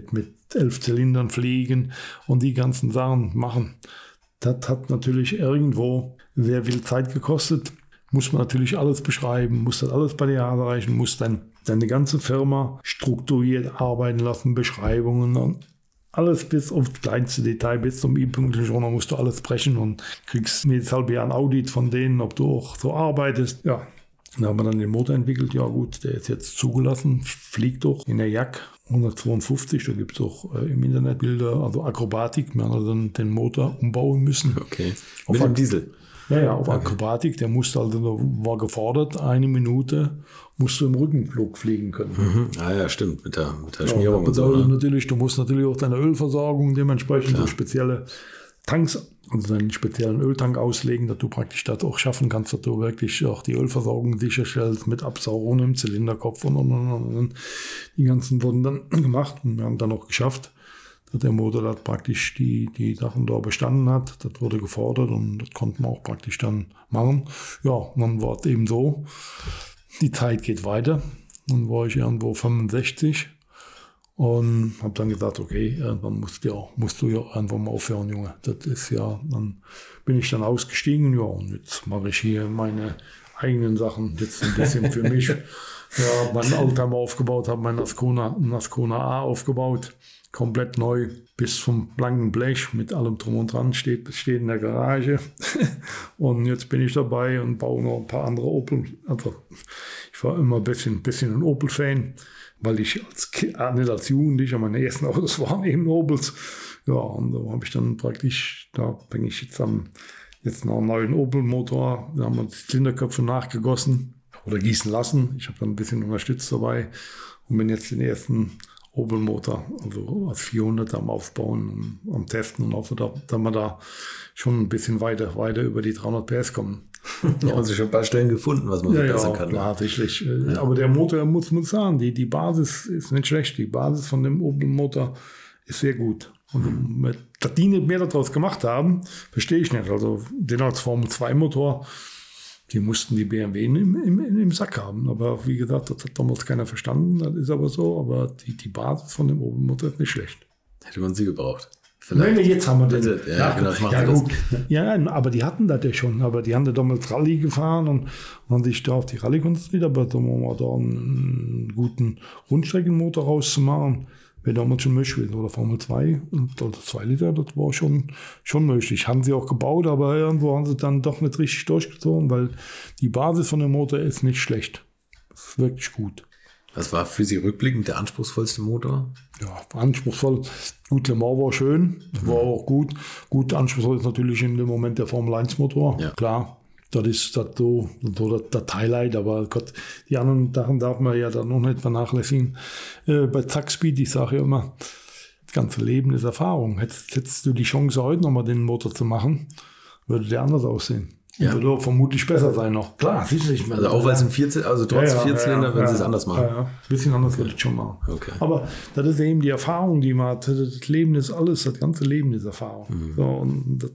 11 Zylindern fliegen und die ganzen Sachen machen. Das hat natürlich irgendwo sehr viel Zeit gekostet, muss man natürlich alles beschreiben, muss das alles bei dir erreichen, muss dann deine ganze Firma strukturiert arbeiten lassen, Beschreibungen und alles bis aufs kleinste Detail, bis zum i-pünktlichen Journal musst du alles brechen und kriegst jedes halbe Jahr ein Audit von denen, ob du auch so arbeitest. Ja, da haben wir dann den Motor entwickelt. Ja gut, der ist jetzt zugelassen, fliegt doch in der Jak 152. Da gibt es auch im Internet Bilder, also Akrobatik. Wir haben also den Motor umbauen müssen. Okay, mit dem Diesel? Ja, auf Akrobatik. Der musste also, war gefordert, 1 Minute musst du im Rückenflug fliegen können. Mhm. Ah ja, stimmt, mit der Schmierung und so. Natürlich, du musst natürlich auch deine Ölversorgung dementsprechend so spezielle Tanks, also einen speziellen Öltank auslegen, dass du praktisch das auch schaffen kannst, dass du wirklich auch die Ölversorgung sicherstellst mit Absaugung im Zylinderkopf und die ganzen wurden dann gemacht und wir haben dann auch geschafft, dass der Motor das praktisch die Sachen da bestanden hat. Das wurde gefordert und das konnten wir auch praktisch dann machen. Ja, und dann war es eben so, die Zeit geht weiter. Dann war ich irgendwo 65 und habe dann gesagt, okay, irgendwann musst du ja irgendwann mal aufhören, Junge. Das ist ja, dann bin ich dann ausgestiegen, ja, und jetzt mache ich hier meine eigenen Sachen, jetzt ein bisschen für mich. Ja, meinen Oldtimer aufgebaut, habe meinen Ascona A aufgebaut. Komplett neu, bis vom blanken Blech mit allem drum und dran, steht in der Garage. Und jetzt bin ich dabei und baue noch ein paar andere Opel. Also ich war immer ein bisschen ein Opel-Fan, weil ich nicht als Jugendlicher, meine ersten Autos waren eben Opels. Ja, und da habe ich dann praktisch, da bin ich jetzt noch einen neuen Opel-Motor. Da haben wir die Zylinderköpfe nachgegossen oder gießen lassen. Ich habe dann ein bisschen unterstützt dabei und bin jetzt den ersten Opel-Motor, also als 400 am Aufbauen und am Testen und hoffe, dass wir da schon ein bisschen weiter über die 300 PS kommen. Ja, haben Sie schon ein paar Stellen gefunden, was man verbessern kann. Ja, sicherlich. Ja. Aber der Motor, muss man sagen, die Basis ist nicht schlecht. Die Basis von dem Opel-Motor ist sehr gut. Und dass die nicht mehr daraus gemacht haben, verstehe ich nicht. Also den als Formel-2-Motor, die mussten die BMW im Sack haben. Aber wie gesagt, das hat damals keiner verstanden. Das ist aber so. Aber die Basis von dem Opel-Motor ist nicht schlecht. Hätte man sie gebraucht. Nein, jetzt haben wir den. Ja, genau, das macht gut. Ja, aber die hatten das ja schon. Aber die haben da damals Rallye gefahren und haben sich da auf die Rallye konzentriert. Aber da haben wir da einen guten Rundstreckenmotor rauszumachen, wäre damals schon möglich. Oder Formel 2, oder 2 Liter, das war schon möglich. Haben sie auch gebaut, aber irgendwo haben sie dann doch nicht richtig durchgezogen, weil die Basis von dem Motor ist nicht schlecht. Das ist wirklich gut. Was war für Sie rückblickend der anspruchsvollste Motor? Ja, anspruchsvoll. Gut, Le Mans war schön, war auch gut. Gut, anspruchsvoll ist natürlich in dem Moment der Formel 1 Motor. Ja. Klar, das ist das Highlight, aber Gott, die anderen Sachen darf man ja dann noch nicht vernachlässigen. Bei Zack Speed, ich sage ja immer, das ganze Leben ist Erfahrung. Hättest du die Chance, heute nochmal den Motor zu machen, würde der anders aussehen. Ja. Würde vermutlich besser sein noch. Klar, sicherlich. Also auch weil es trotz Vierzylinder, wenn sie es anders machen. Ja. Ein bisschen anders würde ich schon machen. Okay. Aber das ist eben die Erfahrung, die man hat. Das Leben ist alles, das ganze Leben ist Erfahrung. Mhm. So, und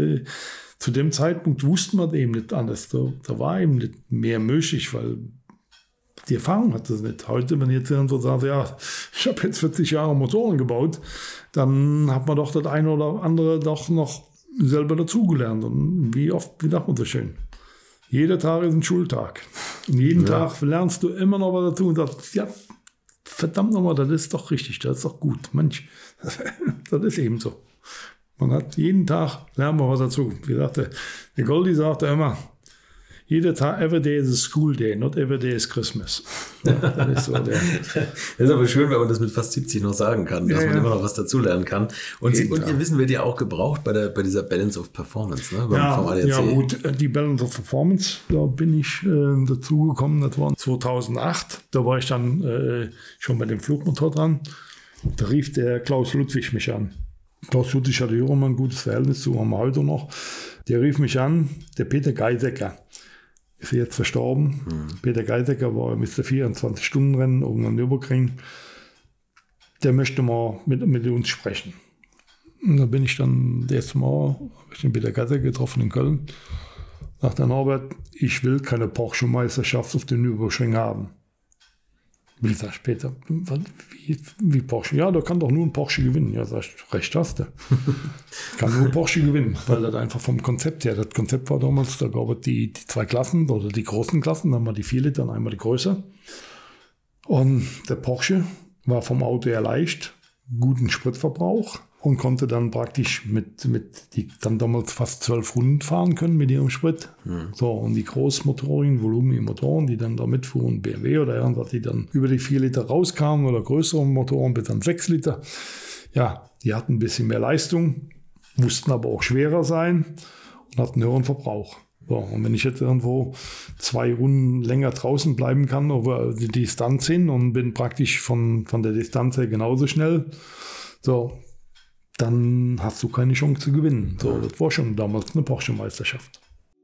zu dem Zeitpunkt wussten wir eben nicht alles. Da war eben nicht mehr möglich, weil die Erfahrung hat das nicht. Heute, wenn jetzt jemand so sagt, ja, ich habe jetzt 40 Jahre Motoren gebaut, dann hat man doch das eine oder andere doch noch selber dazugelernt. Und wie sagt man so schön? Jeder Tag ist ein Schultag. Und jeden Tag lernst du immer noch was dazu und sagst, ja, verdammt nochmal, das ist doch richtig, das ist doch gut. Mensch, das ist eben so. Man hat jeden Tag, lernt man was dazu. Wie sagte, der Goldie sagte immer, jeder Tag, every day is a school day, not every day is Christmas. Das ist so das ist aber schön, wenn man das mit fast 70 noch sagen kann, dass man immer noch was dazulernen kann. Und ihr Wissen wird ja auch gebraucht bei dieser Balance of Performance, ne? Ja, gut, die Balance of Performance, da bin ich dazugekommen, das war 2008. Da war ich dann schon bei dem Flugmotor dran. Da rief der Klaus Ludwig mich an. Klaus Ludwig hatte auch immer ein gutes Verhältnis zu, haben wir heute noch. Der rief mich an, der Peter Geisecker. Ist jetzt verstorben. Peter Geisecker war Mr. 24-Stunden-Rennen oben am Nürburgring. Der möchte mal mit uns sprechen. Und da bin ich dann das erste Mal, habe ich den Peter Geisecker getroffen in Köln. Sagt der Norbert, ich will keine Porsche-Meisterschaft auf den Nürburgring haben. Wie sag ich, Peter, wie Porsche? Ja, da kann doch nur ein Porsche gewinnen. Ja, sag ich, recht hast du. Kann nur Porsche gewinnen, weil das einfach vom Konzept her, das Konzept war damals, da gab es die 2 Klassen oder die großen Klassen, dann mal die 4 Liter und einmal die größer. Und der Porsche war vom Auto her leicht, guten Spritverbrauch und konnte dann praktisch die dann damals fast 12 Runden fahren können mit ihrem Sprit. So, und die großmotorigen, voluminigen Motoren, die dann da mitfuhren, BMW oder irgendwas, die dann über die 4 Liter rauskamen oder größere Motoren bis dann 6 Liter, ja, die hatten ein bisschen mehr Leistung, mussten aber auch schwerer sein und hatten höheren Verbrauch. So, und wenn ich jetzt irgendwo 2 Runden länger draußen bleiben kann, über die Distanz hin und bin praktisch von der Distanz her genauso schnell, so, dann hast du keine Chance zu gewinnen. So, das war schon damals eine Porsche-Meisterschaft.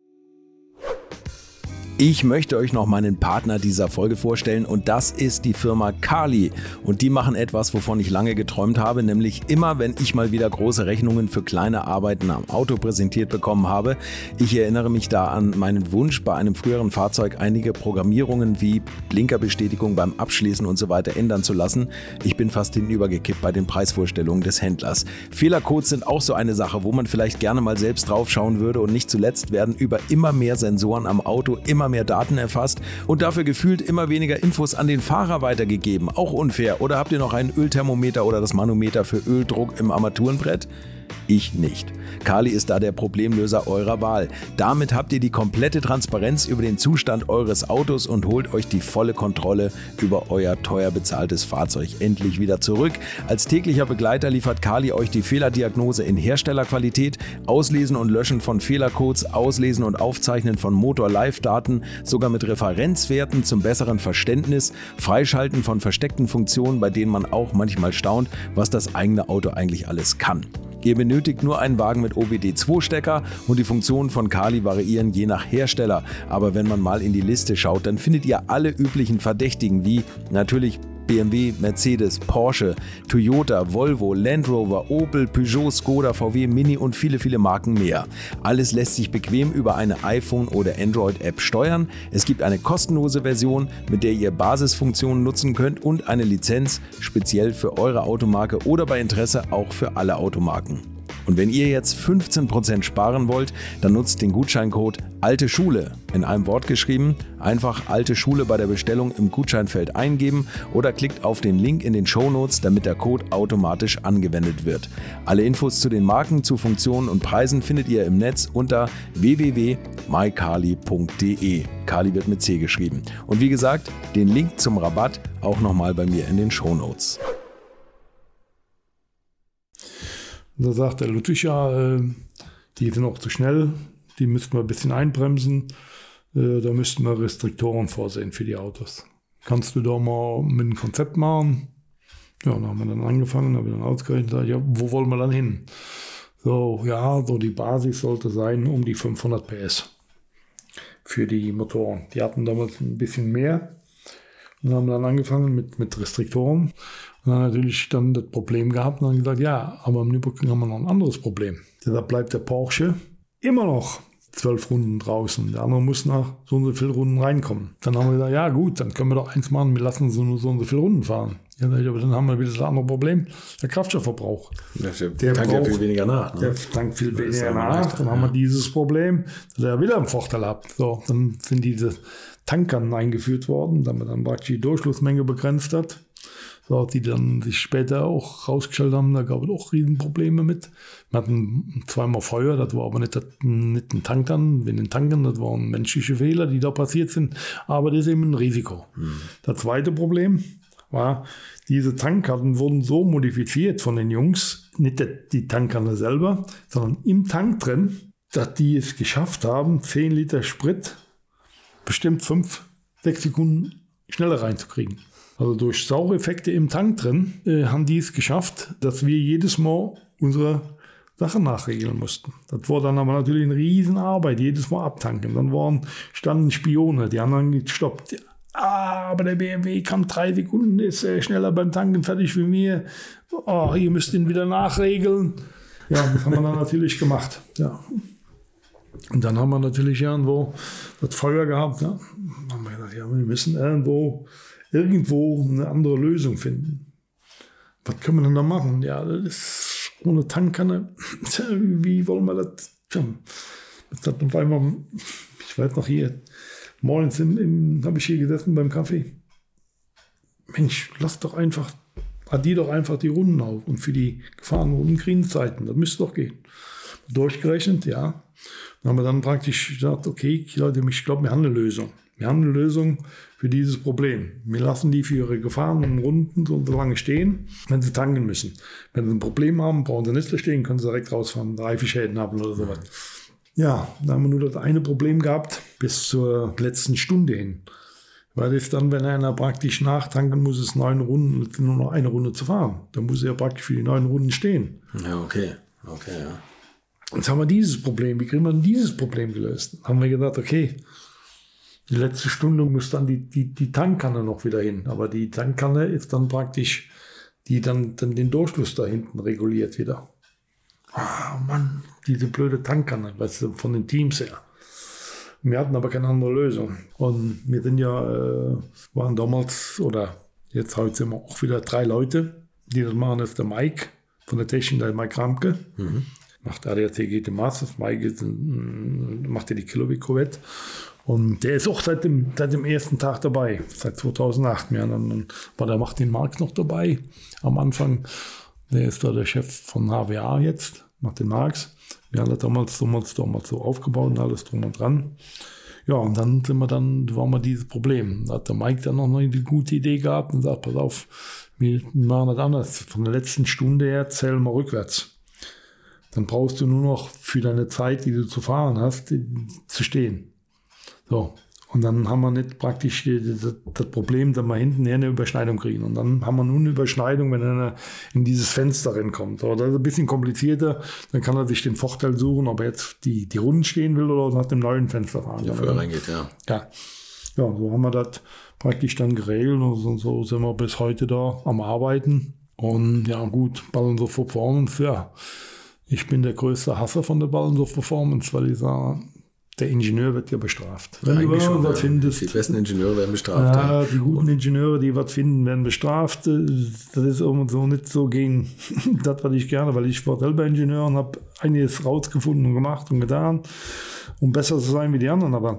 Ich möchte euch noch meinen Partner dieser Folge vorstellen und das ist die Firma Carli. Und die machen etwas, wovon ich lange geträumt habe, nämlich immer, wenn ich mal wieder große Rechnungen für kleine Arbeiten am Auto präsentiert bekommen habe. Ich erinnere mich da an meinen Wunsch, bei einem früheren Fahrzeug einige Programmierungen wie Blinkerbestätigung beim Abschließen und so weiter ändern zu lassen. Ich bin fast hinübergekippt bei den Preisvorstellungen des Händlers. Fehlercodes sind auch so eine Sache, wo man vielleicht gerne mal selbst drauf schauen würde und nicht zuletzt werden über immer mehr Sensoren am Auto immer mehr Daten erfasst und dafür gefühlt immer weniger Infos an den Fahrer weitergegeben. Auch unfair. Oder habt ihr noch ein Ölthermometer oder das Manometer für Öldruck im Armaturenbrett? Ich nicht. Carli ist da der Problemlöser eurer Wahl. Damit habt ihr die komplette Transparenz über den Zustand eures Autos und holt euch die volle Kontrolle über euer teuer bezahltes Fahrzeug endlich wieder zurück. Als täglicher Begleiter liefert Carli euch die Fehlerdiagnose in Herstellerqualität, Auslesen und Löschen von Fehlercodes, Auslesen und Aufzeichnen von Motor-Live-Daten, sogar mit Referenzwerten zum besseren Verständnis, Freischalten von versteckten Funktionen, bei denen man auch manchmal staunt, was das eigene Auto eigentlich alles kann. Ihr benötigt nur einen Wagen mit OBD2-Stecker und die Funktionen von Carli variieren je nach Hersteller. Aber wenn man mal in die Liste schaut, dann findet ihr alle üblichen Verdächtigen wie natürlich BMW, Mercedes, Porsche, Toyota, Volvo, Land Rover, Opel, Peugeot, Skoda, VW, Mini und viele, viele Marken mehr. Alles lässt sich bequem über eine iPhone- oder Android-App steuern. Es gibt eine kostenlose Version, mit der ihr Basisfunktionen nutzen könnt und eine Lizenz speziell für eure Automarke oder bei Interesse auch für alle Automarken. Und wenn ihr jetzt 15% sparen wollt, dann nutzt den Gutscheincode Alte Schule, in einem Wort geschrieben, einfach Alte Schule bei der Bestellung im Gutscheinfeld eingeben oder klickt auf den Link in den Shownotes, damit der Code automatisch angewendet wird. Alle Infos zu den Marken, zu Funktionen und Preisen findet ihr im Netz unter www.mycarli.de. Carli wird mit C geschrieben. Und wie gesagt, den Link zum Rabatt auch nochmal bei mir in den Shownotes. Da sagt der Ludwig, ja, die sind auch zu schnell, die müssten wir ein bisschen einbremsen, da müssten wir Restriktoren vorsehen für die Autos. Kannst du da mal mit einem Konzept machen? Ja, dann haben wir dann angefangen, haben wir dann ausgerechnet, sag ich, ja, wo wollen wir dann hin? So, ja, so die Basis sollte sein um die 500 PS für die Motoren. Die hatten damals ein bisschen mehr und haben dann angefangen mit Restriktoren. Und dann natürlich dann das Problem gehabt und dann gesagt, ja, aber im Nürburgring haben wir noch ein anderes Problem. Deshalb bleibt der Porsche immer noch 12 Runden draußen. Der andere muss nach so und so viele Runden reinkommen. Dann haben wir gesagt, ja gut, dann können wir doch eins machen, wir lassen sie nur so und so viele Runden fahren. Ja, aber dann haben wir wieder das andere Problem, der Kraftstoffverbrauch. Der tankt ja viel weniger nach. Ne? Der tankt viel weniger nach. Dann haben wir dieses Problem, dass er wieder einen Vorteil hat. So, dann sind diese Tankern eingeführt worden, damit man dann praktisch die Durchflussmenge begrenzt hat. So, die dann sich später auch rausgestellt haben, da gab es auch Riesenprobleme mit. Wir hatten zweimal Feuer, das war aber nicht ein Tankern, wenn den Tankern, das waren menschliche Fehler, die da passiert sind, aber das ist eben ein Risiko. Das zweite Problem war, diese Tankkarten wurden so modifiziert von den Jungs, nicht die Tankkarte selber, sondern im Tank drin, dass die es geschafft haben, 10 Liter Sprit bestimmt 5-6 Sekunden schneller reinzukriegen. Also durch Sauereffekte im Tank drin haben die es geschafft, dass wir jedes Mal unsere Sachen nachregeln mussten. Das war dann aber natürlich eine Riesenarbeit, jedes Mal abtanken. Dann standen Spione, die haben dann gestoppt. Aber der BMW kam 3 Sekunden, ist schneller beim Tanken fertig wie mir. Oh, ihr müsst ihn wieder nachregeln. Ja, das haben wir dann natürlich gemacht. Ja. Und dann haben wir natürlich irgendwo das Feuer gehabt. Ja. Dann haben wir gedacht, ja, wir müssen irgendwo eine andere Lösung finden. Was können wir denn da machen? Ja, das ist ohne Tankkanne, wie wollen wir das? Das hat auf einmal, ich weiß noch hier, morgens habe ich hier gesessen beim Kaffee. Mensch, addier doch einfach die Runden auf und für die gefahrenen Runden Grünzeiten, das müsste doch gehen. Durchgerechnet, ja. Dann haben wir dann praktisch gesagt, okay, Leute, ich glaube, wir haben eine Lösung. Wir haben eine Lösung für dieses Problem. Wir lassen die für ihre gefahrenen Runden so lange stehen, wenn sie tanken müssen. Wenn sie ein Problem haben, brauchen sie nicht zu stehen, können sie direkt rausfahren, Reifenschäden haben oder sowas. Ja, da haben wir nur das eine Problem gehabt, bis zur letzten Stunde hin. Weil es dann, wenn einer praktisch nachtanken muss, es 9 Runden, nur noch eine Runde zu fahren. Dann muss er ja praktisch für die 9 Runden stehen. Ja, okay, ja. Jetzt haben wir dieses Problem. Wie kriegen wir denn dieses Problem gelöst? Dann haben wir gedacht, okay, die letzte Stunde muss dann die Tankkanne noch wieder hin. Aber die Tankkanne ist dann praktisch, die dann den Durchfluss da hinten reguliert wieder. Ah, Mann, diese blöde Tankkanne, weißt du, von den Teams her. Wir hatten aber keine andere Lösung. Und wir sind waren damals, oder jetzt heute sind wir auch wieder 3 Leute, die das machen. Das ist der Mike von der Technik, der Mike Ramke. Macht ADAC GT Masters. Mike macht ja die Kilowatt. Und der ist auch seit dem ersten Tag dabei, seit 2008. Ja, dann war der Martin Marx noch dabei am Anfang. Der ist da der Chef von HWA jetzt, Martin Marx. Wir haben das damals so aufgebaut und alles drum und dran. Ja, und dann waren wir dieses Problem. Da hat der Mike dann noch eine gute Idee gehabt und sagt, pass auf, wir machen das anders. Von der letzten Stunde her zählen wir rückwärts. Dann brauchst du nur noch für deine Zeit, die du zu fahren hast, zu stehen. So, und dann haben wir nicht praktisch das Problem, dass wir hinten eine Überschneidung kriegen. Und dann haben wir nur eine Überschneidung, wenn einer in dieses Fenster reinkommt. Aber das ist ein bisschen komplizierter. Dann kann er sich den Vorteil suchen, ob er jetzt die Runden stehen will oder nach dem neuen Fenster fahren. Ja, vorher reingeht, ja. Ja, so haben wir das praktisch dann geregelt. Und so sind wir bis heute da am Arbeiten. Und ja, gut, Balance of Performance, ja. Ich bin der größte Hasser von der Balance of Performance, weil ich sage, der Ingenieur wird ja bestraft. Wenn du was findest, die besten Ingenieure werden bestraft. Ja, die guten Ingenieure, die was finden, werden bestraft. Das ist so nicht so gegen das, was ich gerne, weil ich war selber Ingenieur und habe einiges rausgefunden und gemacht und getan, um besser zu sein wie die anderen. Aber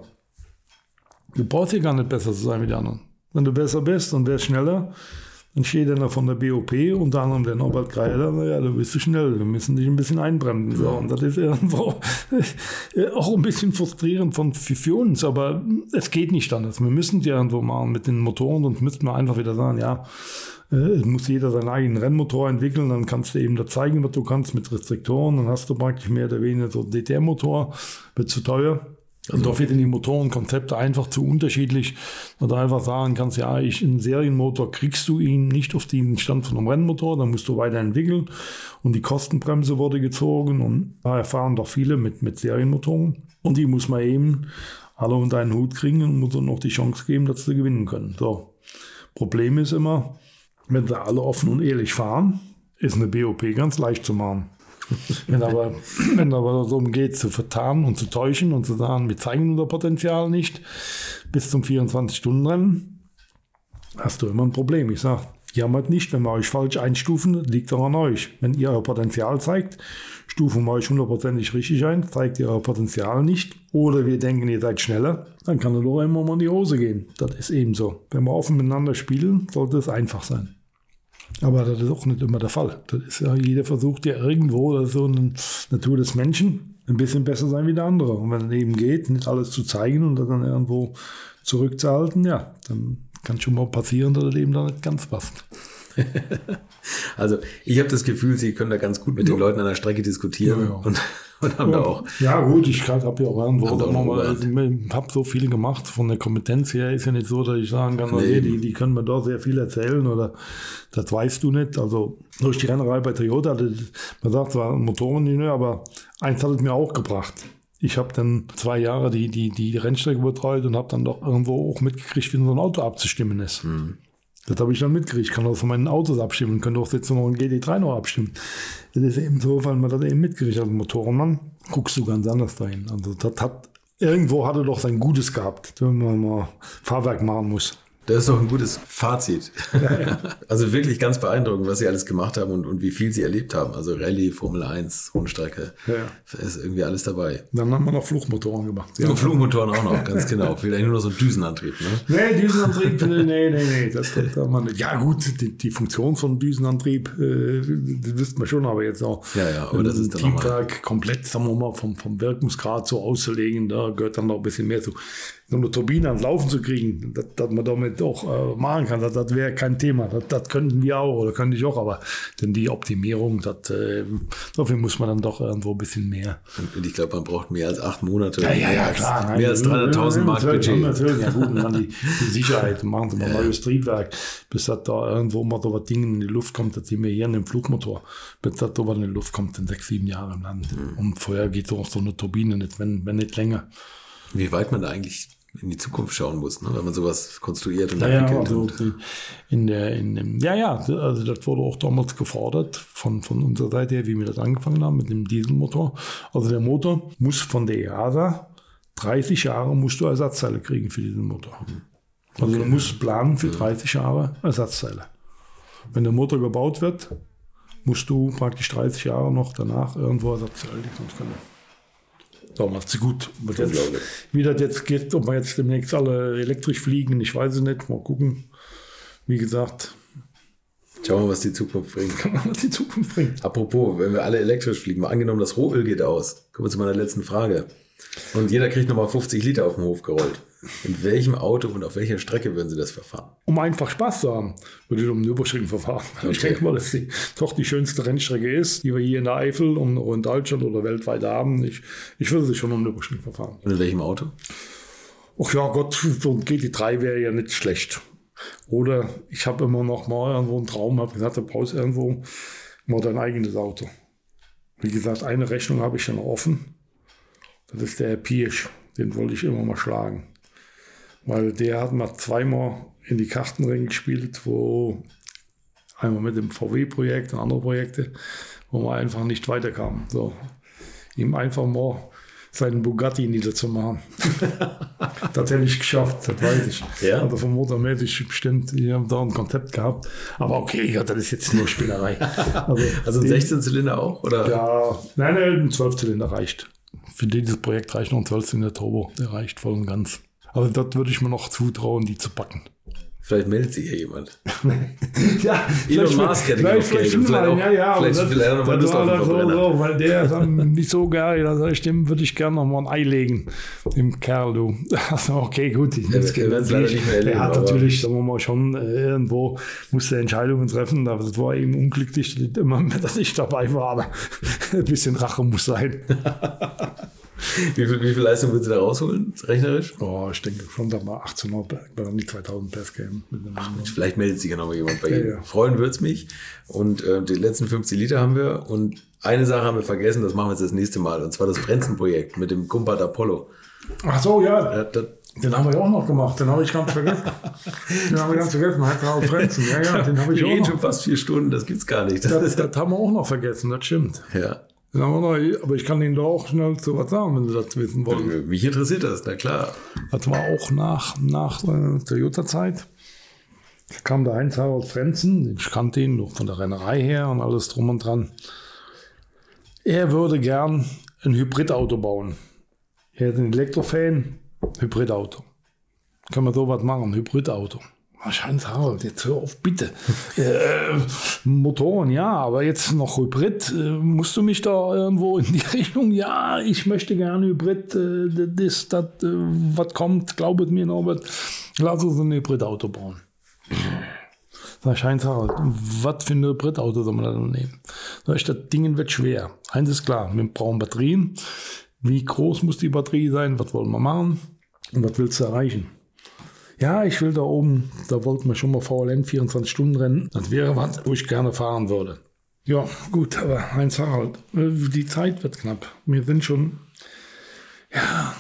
du brauchst ja gar nicht besser zu sein wie die anderen. Wenn du besser bist und wärst schneller, dann steht einer von der BOP, unter anderem der Norbert Greiler, naja, du bist zu schnell, wir müssen dich ein bisschen einbremsen. So. Und das ist irgendwo auch ein bisschen frustrierend für uns, aber es geht nicht anders. Wir müssen die irgendwo machen mit den Motoren, sonst müssten wir einfach wieder sagen, ja, es muss jeder seinen eigenen Rennmotor entwickeln, dann kannst du eben da zeigen, was du kannst mit Restriktoren, dann hast du praktisch mehr oder weniger so DTM-Motor, wird zu teuer. Und da werden die Motorenkonzepte einfach zu unterschiedlich, dass du einfach sagen kannst, ja, einen Serienmotor kriegst du ihn nicht auf den Stand von einem Rennmotor, dann musst du weiterentwickeln und die Kostenbremse wurde gezogen und da erfahren doch viele mit Serienmotoren und die muss man eben alle unter einen Hut kriegen und muss dann noch die Chance geben, dass sie gewinnen können. So. Problem ist immer, wenn sie alle offen und ehrlich fahren, ist eine BOP ganz leicht zu machen. Wenn aber darum geht, zu vertarnen und zu täuschen und zu sagen, wir zeigen unser Potenzial nicht bis zum 24-Stunden-Rennen, hast du immer ein Problem. Ich sage, jammert nicht, wenn wir euch falsch einstufen, liegt auch an euch. Wenn ihr euer Potenzial zeigt, stufen wir euch 100%ig richtig ein, zeigt ihr euer Potenzial nicht oder wir denken, ihr seid schneller, dann kann es doch immer mal in die Hose gehen. Das ist eben so. Wenn wir offen miteinander spielen, sollte es einfach sein. Aber das ist auch nicht immer der Fall. Das ist ja, jeder versucht ja irgendwo, das ist so eine Natur des Menschen, ein bisschen besser sein wie der andere. Und wenn es eben geht, nicht alles zu zeigen und das dann irgendwo zurückzuhalten, ja, dann kann schon mal passieren, dass das eben da nicht ganz passt. Also ich habe das Gefühl, Sie können da ganz gut mit den Leuten an der Strecke diskutieren und haben da auch... Ja gut, ich habe ja auch irgendwo, ich habe so viel gemacht, von der Kompetenz her ist ja nicht so, dass ich sagen kann, okay, die können mir da sehr viel erzählen oder das weißt du nicht. Also durch die Rennerei bei Toyota, man sagt zwar ein Motoreningenieur, aber eins hat es mir auch gebracht. Ich habe dann 2 Jahre die Rennstrecke betreut und habe dann doch irgendwo auch mitgekriegt, wie so ein Auto abzustimmen ist. Das habe ich dann mitgekriegt. Ich kann auch von meinen Autos abstimmen, kann auch jetzt noch ein GT3 noch abstimmen. Das ist eben so, weil man das eben mitgekriegt hat. Als Motorenmann guckst du ganz anders dahin. Also irgendwo hat er doch sein Gutes gehabt, wenn man mal Fahrwerk machen muss. Das ist doch ein gutes Fazit. Ja. Also wirklich ganz beeindruckend, was Sie alles gemacht haben und wie viel Sie erlebt haben. Also Rallye, Formel 1, Rundstrecke, ist irgendwie alles dabei. Dann haben wir noch Flugmotoren gemacht. Ja. Und Flugmotoren auch noch, ganz genau. Vielleicht nur noch so ein Düsenantrieb, ne? Nee, Düsenantrieb, nee. Das haben wir nicht. Ja gut, die Funktion von Düsenantrieb, das wissen wir schon, aber jetzt auch aber das ist dann Triebwerk komplett, sagen wir mal, vom Wirkungsgrad so auszulegen, da gehört dann noch ein bisschen mehr zu. So eine Turbine ans Laufen zu kriegen, dass man damit auch machen kann, das wäre kein Thema. Das könnten wir auch oder könnte ich auch, aber denn die Optimierung, dafür muss man dann doch irgendwo ein bisschen mehr. Und ich glaube, man braucht mehr als 8 Monate. Ja, klar. Mehr als 300.000 Mark Budget. Natürlich, ja gut, und dann die Sicherheit, machen Sie mal ein neues Triebwerk, bis das da irgendwo mal so was Ding in die Luft kommt, das sehen wir hier in dem Flugmotor, bis das so was in die Luft kommt, in 6-7 Jahren im Land. Und vorher geht so eine Turbine nicht, wenn nicht länger. Wie weit man da eigentlich in die Zukunft schauen muss, ne? Wenn man sowas konstruiert und entwickelt. Also das wurde auch damals gefordert von unserer Seite her, wie wir das angefangen haben mit dem Dieselmotor. Also der Motor muss von der EASA 30 Jahre musst du Ersatzteile kriegen für diesen Motor. Also du musst planen für 30 Jahre Ersatzteile. Wenn der Motor gebaut wird, musst du praktisch 30 Jahre noch danach irgendwo Ersatzteile liefern können. Damals gut. Wie das jetzt geht, ob wir jetzt demnächst alle elektrisch fliegen, ich weiß es nicht. Mal gucken. Wie gesagt. Schauen wir mal, was die Zukunft bringt. Apropos, wenn wir alle elektrisch fliegen, mal angenommen, das Rohöl geht aus. Kommen wir zu meiner letzten Frage. Und jeder kriegt nochmal 50 Liter auf den Hof gerollt. In welchem Auto und auf welcher Strecke würden Sie das verfahren? Um einfach Spaß zu haben, würde ich um Nürburgring verfahren. Okay. Ich denke mal, dass die doch die schönste Rennstrecke ist, die wir hier in der Eifel und in Deutschland oder weltweit haben. Ich würde sie schon um Nürburgring verfahren. Und in welchem Auto? Ach ja, Gott, so ein GT3 wäre ja nicht schlecht. Oder ich habe immer noch mal irgendwo einen Traum, habe gesagt, du brauchst irgendwo mal dein eigenes Auto. Wie gesagt, eine Rechnung habe ich ja noch offen. Das ist der Herr Pirsch. Den wollte ich immer mal schlagen. Weil der hat mal 2-mal in die Kartenring gespielt, wo einmal mit dem VW-Projekt und andere Projekte, wo man einfach nicht weiterkam. So, ihm einfach mal seinen Bugatti niederzumachen. Das hätte ich geschafft, das weiß ich. Ja? Also vom motormäßig bestimmt, die haben da ein Konzept gehabt. Aber okay, ja, das ist jetzt nur Spielerei. Also ein 16-Zylinder auch? Oder? Ja, nein, ein 12-Zylinder reicht. Für dieses Projekt reicht noch ein 12-Zylinder Turbo. Der reicht voll und ganz. Also das würde ich mir noch zutrauen, die zu packen. Vielleicht meldet sich hier jemand. Ja, Elon Musk hätte genug Geld. Vielleicht auch nochmal Lust auf den Verbrenner. Weil der ist dann nicht so geil. Also dem würde ich gerne nochmal ein Ei legen. Dem Kerl, du. Also okay, gut. Wir werden es leider nicht mehr erleben. Er hat natürlich, sagen wir mal, schon irgendwo musste Entscheidungen treffen. Aber das war eben unglücklich, dass ich dabei war. Aber ein bisschen Rache muss sein. Wie viel Leistung würden Sie da rausholen, rechnerisch? Oh, ich denke schon, da mal 1800, dann die 2000 PS geben. Vielleicht meldet sich ja noch mal jemand bei Ihnen. Ja. Freuen würde es mich. Und die letzten 50 Liter haben wir. Und eine Sache haben wir vergessen, das machen wir jetzt das nächste Mal. Und zwar das Frenzen-Projekt mit dem Kumpat Apollo. Ach so, ja. Den haben wir ja auch noch gemacht. Den habe ich ganz vergessen. Den heißt auch Frenzen. Ja, den habe ich auch noch. Schon fast 4 Stunden, das gibt's gar nicht. Das haben wir auch noch vergessen, das stimmt. Ja. Aber ich kann Ihnen da auch schnell so was sagen, wenn Sie das wissen wollen. Mich interessiert das, na klar. Das war auch nach der Jutta-Zeit. Da kam der Heinz-Harald Frenzen, ich kannte ihn noch von der Rennerei her und alles drum und dran. Er würde gern ein Hybridauto bauen. Er ist ein Elektrofan, Hybridauto. Können wir sowas machen, Hybridauto. Heinz-Harald, jetzt hör auf, bitte. Motoren, ja, aber jetzt noch Hybrid. Musst du mich da irgendwo in die Richtung? Ja, ich möchte gerne Hybrid. Das, was kommt, glaubet mir, Norbert. Lass uns ein Hybridauto bauen. Sag ich, Heinz-Harald, was für ein Hybridauto soll man da nehmen? Sag ich, das Ding wird schwer. Eins ist klar, wir brauchen Batterien. Wie groß muss die Batterie sein? Was wollen wir machen? Und was willst du erreichen? Ja, ich will da oben, da wollten wir schon mal VLN 24-Stunden-Rennen. Das wäre was, wo ich gerne fahren würde. Ja, gut, aber Heinz-Harald, die Zeit wird knapp. Wir sind schon, ja,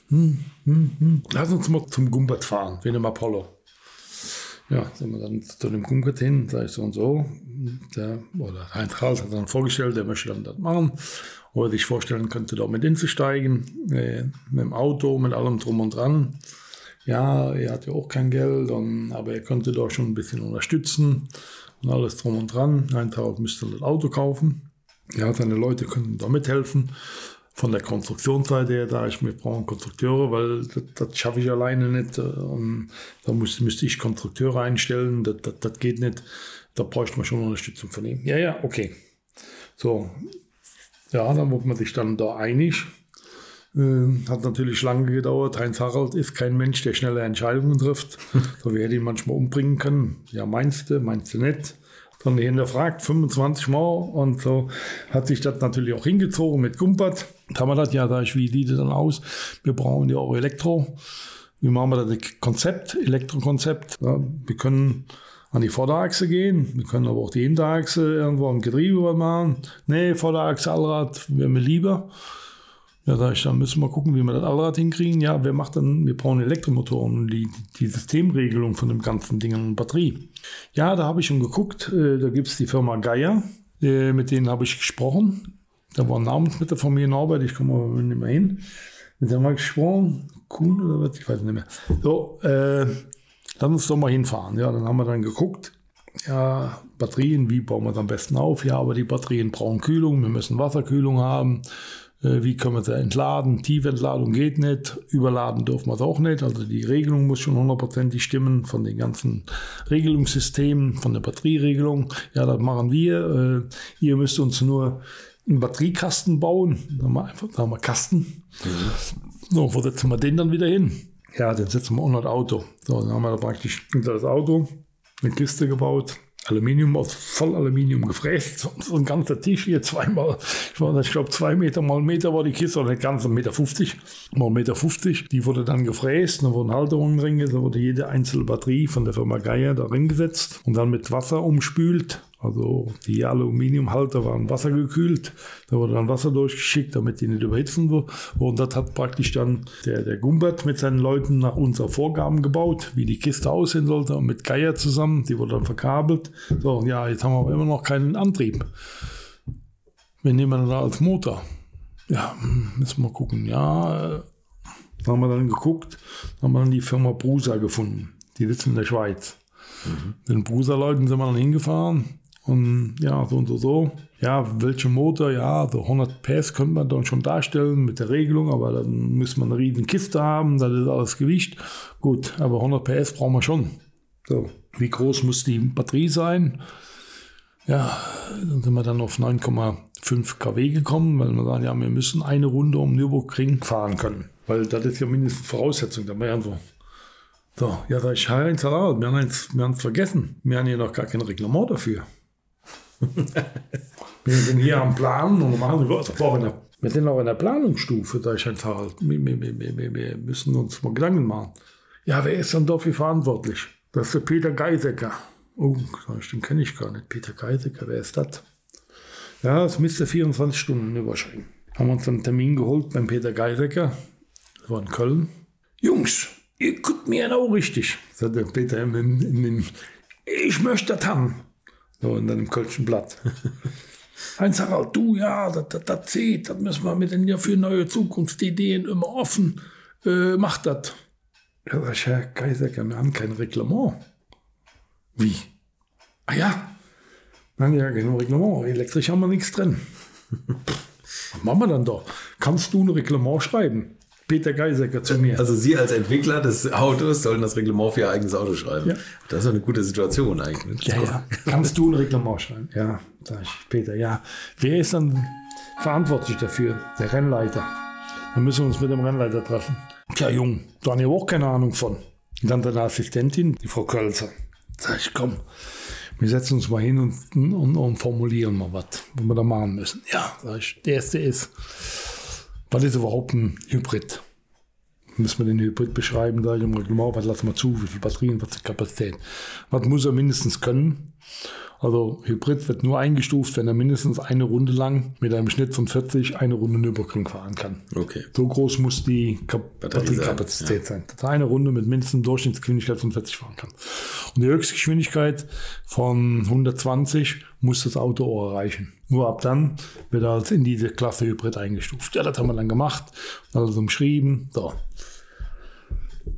lass uns mal zum Gumpert fahren, wie dem Apollo. Ja, sind wir dann zu dem Gumpert hin, sag ich so und so. Heinz-Harald hat dann vorgestellt, der möchte dann das machen. Oder sich vorstellen könnte, da mit hinzusteigen, mit dem Auto, mit allem drum und dran. Ja, er hat ja auch kein Geld, aber er könnte doch schon ein bisschen unterstützen und alles drum und dran. Ein Tag müsste er das Auto kaufen. Ja, seine Leute können da mithelfen. Von der Konstruktionsseite her, wir brauchen Konstrukteure, weil das schaffe ich alleine nicht. Und da müsste ich Konstrukteure einstellen, das geht nicht. Da bräuchte man schon Unterstützung von ihm. Ja, okay. So, ja, dann wurde man sich dann da einig. Hat natürlich lange gedauert. Heinz Harald ist kein Mensch, der schnelle Entscheidungen trifft. So, wir hätten ihn manchmal umbringen können. Ja, meinst du nicht? Dann hinterfragt 25 Mal und so hat sich das natürlich auch hingezogen mit Gumpert. Da haben wir das, ja, wie sieht es dann aus? Wir brauchen ja auch Elektro. Wie machen wir das Konzept, Elektrokonzept? Ja, wir können an die Vorderachse gehen, wir können aber auch die Hinterachse irgendwo am Getriebe machen. Nee, Vorderachse, Allrad wäre mir lieber. Ja, dann müssen wir gucken, wie wir das Allrad hinkriegen. Ja, wir brauchen Elektromotoren und die Systemregelung von dem ganzen Ding und Batterie. Ja, da habe ich schon geguckt. Da gibt es die Firma Geier. Mit denen habe ich gesprochen. Da war ein Namensmittler von mir, Norbert. Ich komme aber nicht mehr hin. Mit dem habe ich gesprochen. Kuhn oder was? Ich weiß nicht mehr. So, lass uns doch mal hinfahren. Ja, dann haben wir dann geguckt. Ja, Batterien, wie bauen wir das am besten auf? Ja, aber die Batterien brauchen Kühlung. Wir müssen Wasserkühlung haben. Wie können wir sie entladen? Tiefentladung geht nicht, überladen dürfen wir es auch nicht. Also die Regelung muss schon 100% stimmen von den ganzen Regelungssystemen, von der Batterieregelung. Ja, das machen wir. Ihr müsst uns nur einen Batteriekasten bauen. Da haben wir Kasten. So, wo setzen wir den dann wieder hin? Ja, den setzen wir unter das Auto. So, dann haben wir da praktisch unter das Auto eine Kiste gebaut. Aluminium, aus Vollaluminium gefräst, so ein ganzer Tisch hier zweimal, ich glaube 2 Meter mal 1 Meter war die Kiste, oder nicht ganz 1,50 Meter, mal 1,50 Meter, die wurde dann gefräst, da wurden Halterungen drin, da wurde jede einzelne Batterie von der Firma Geier da drin gesetzt und dann mit Wasser umspült, also die Aluminiumhalter waren wassergekühlt, da wurde dann Wasser durchgeschickt, damit die nicht überhitzen und das hat praktisch dann der Gumbert mit seinen Leuten nach unseren Vorgaben gebaut, wie die Kiste aussehen sollte und mit Geier zusammen, die wurde dann verkabelt. So, ja, jetzt haben wir aber immer noch keinen Antrieb. Wir nehmen dann da als Motor. Ja, müssen wir gucken. Ja, da haben wir dann geguckt, haben wir dann die Firma Brusa gefunden. Die sitzen in der Schweiz. Den Brusa-Leuten sind wir dann hingefahren und ja, so und so. Ja, welcher Motor? Ja, so 100 PS könnte man dann schon darstellen mit der Regelung, aber dann müssen wir eine riesen Kiste haben, das ist alles Gewicht. Gut, aber 100 PS brauchen wir schon. So, wie groß muss die Batterie sein? Ja, dann sind wir dann auf 9,5 kW gekommen, weil wir sagen, ja, wir müssen eine Runde um Nürburgring fahren können. Weil das ist ja mindestens Voraussetzung, da wären so. So, ja, da ist Heinz Harald, wir haben es vergessen. Wir haben hier noch gar kein Reglement dafür. Wir sind hier am Planen und machen wir sind noch in der Planungsstufe, da ist Heinz Harald. Wir müssen uns mal Gedanken machen. Ja, wer ist dann dafür verantwortlich? Das ist der Peter Geisecker. Oh, den kenne ich gar nicht. Peter Geisecker, wer ist das? Ja, das müsste 24 Stunden überschreiten. Haben wir uns einen Termin geholt beim Peter Geisecker. Das war in Köln. Jungs, ihr guckt mir auch richtig, sagt der Peter. Ich möchte das haben. So in einem Kölschen Blatt. Heinz Harald, du, ja, das zählt. Das müssen wir mit den ja für neue Zukunftsideen immer offen. Macht das. Ja, sag ich, Herr Geisecker, wir haben kein Reglement. Wie? Ah ja, wir haben ja kein Reglement. Elektrisch haben wir nichts drin. Was machen wir dann da? Kannst du ein Reglement schreiben? Peter Geisecker zu mir. Also Sie als Entwickler des Autos sollen das Reglement für Ihr eigenes Auto schreiben. Ja. Das ist doch eine gute Situation eigentlich. Ja. Kannst du ein Reglement schreiben? Ja, sag ich, Peter, ja. Wer ist dann verantwortlich dafür? Der Rennleiter. Dann müssen wir uns mit dem Rennleiter treffen. Tja, Jung, da haben wir auch keine Ahnung von. Und dann deine Assistentin, die Frau Kölzer. Sag ich, komm, wir setzen uns mal hin und formulieren mal was wir da machen müssen. Ja, sag ich, der erste ist, was ist überhaupt ein Hybrid? Müssen wir den Hybrid beschreiben, da im Reglement, was lassen wir zu, wie viele Batterien, was ist die Kapazität? Was muss er mindestens können? Also Hybrid wird nur eingestuft, wenn er mindestens eine Runde lang mit einem Schnitt von 40 eine Runde Nürburgring fahren kann. Okay. So groß muss die Batteriekapazität sein. Dass er eine Runde mit mindestens Durchschnittsgeschwindigkeit von 40 fahren kann. Und die Höchstgeschwindigkeit von 120 muss das Auto auch erreichen. Nur ab dann wird er als in diese Klasse Hybrid eingestuft. Ja, das haben wir dann gemacht, alles umschrieben. So.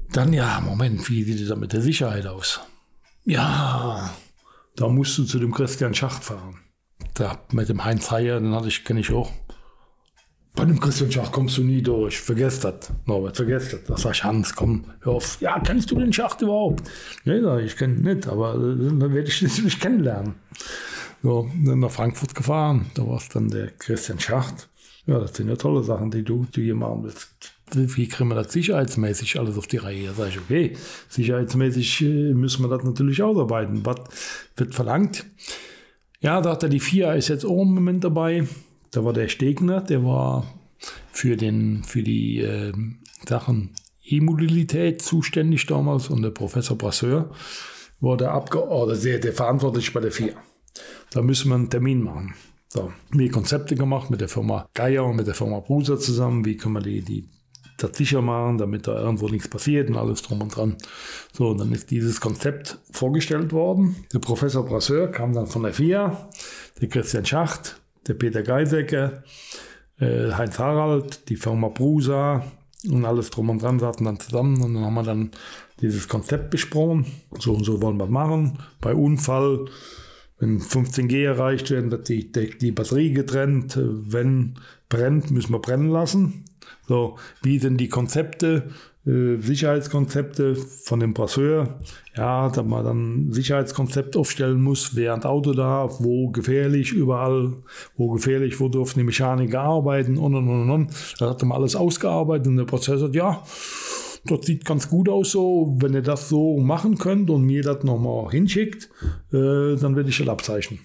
Dann, Moment, wie sieht es da mit der Sicherheit aus? Ja, da musst du zu dem Christian Schacht fahren. Da mit dem Heinz Heyer, kenne ich auch. Bei dem Christian Schacht kommst du nie durch. Vergesst das, Norbert, vergesst das. Da sag ich, Hans, komm, hör auf. Ja, kennst du den Schacht überhaupt? Nee, ich kenne ihn nicht, aber dann werde ich dich nicht kennenlernen. So, dann nach Frankfurt gefahren. Da war es dann der Christian Schacht. Ja, das sind ja tolle Sachen, die du hier machen willst. Wie kriegen wir das sicherheitsmäßig alles auf die Reihe? Da sage ich, okay, sicherheitsmäßig müssen wir das natürlich ausarbeiten. Was wird verlangt? Ja, da hat er die FIA ist jetzt auch im Moment dabei. Da war der Stegner, der war für die Sachen E-Mobilität zuständig damals und der Professor Brasseur war der verantwortlich bei der FIA. Da müssen wir einen Termin machen. So, wir Konzepte gemacht mit der Firma Geier und mit der Firma Bruser zusammen. Wie können wir das sicher machen, damit da irgendwo nichts passiert und alles drum und dran. So, und dann ist dieses Konzept vorgestellt worden. Der Professor Brasseur kam dann von der FIA, der Christian Schacht, der Peter Geisecke, Heinz Harald, die Firma Brusa und alles drum und dran saßen dann zusammen und dann haben wir dann dieses Konzept besprochen. So und so wollen wir machen. Bei Unfall, wenn 15G erreicht werden, wird die Batterie getrennt. Wenn brennt, müssen wir brennen lassen. So, wie sind die Konzepte, Sicherheitskonzepte von dem Brasseur? Ja, dass man dann ein Sicherheitskonzept aufstellen muss, während Auto darf, wo gefährlich, überall, wo dürfen die Mechaniker arbeiten und. Da hat man alles ausgearbeitet und der Brasseur sagt, ja, das sieht ganz gut aus so, wenn ihr das so machen könnt und mir das nochmal hinschickt, dann werde ich das abzeichnen.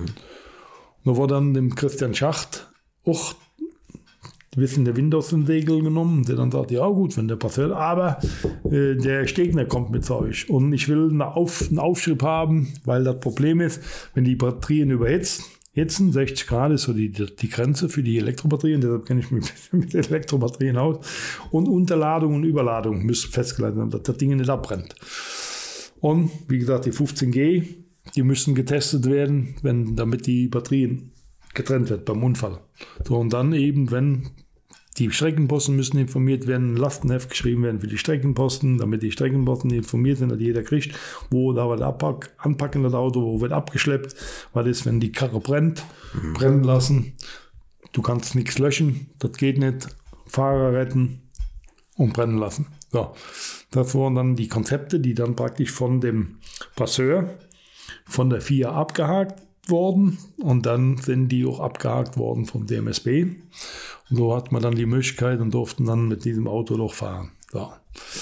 Da war dann dem Christian Schacht auch Wissen der Wind aus den Segeln genommen, der dann sagt, ja gut, wenn der passiert, aber der Stegner kommt mit Zeug und ich will einen Aufschrieb haben, weil das Problem ist, wenn die Batterien überhitzen, 60 Grad ist so die Grenze für die Elektrobatterien, deshalb kenne ich mich mit Elektrobatterien aus, und Unterladung und Überladung müssen festgeleitet werden, dass das Ding nicht abbrennt. Und wie gesagt, die 15G, die müssen getestet werden, damit die Batterien getrennt wird beim Unfall. So, und dann eben, wenn die Streckenposten müssen informiert werden, ein Lastenheft geschrieben werden für die Streckenposten, damit die Streckenposten informiert sind, dass jeder kriegt, wo da wird anpacken das Auto, wo wird abgeschleppt, was ist, wenn die Karre brennt, brennen lassen, du kannst nichts löschen, das geht nicht, Fahrer retten und brennen lassen. So, das waren dann die Konzepte, die dann praktisch von dem Brasseur, von der FIA abgehakt worden und dann sind die auch abgehakt worden vom DMSB. Und so hat man dann die Möglichkeit und durften dann mit diesem Auto doch fahren. So.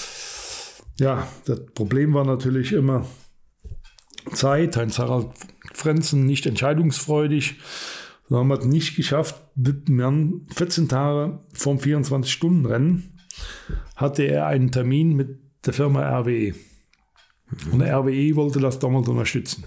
Ja, das Problem war natürlich immer Zeit. Heinz-Harald Frenzen nicht entscheidungsfreudig. So haben wir es nicht geschafft. Wir haben 14 Tage vom 24-Stunden-Rennen hatte er einen Termin mit der Firma RWE. Und der RWE wollte das damals unterstützen.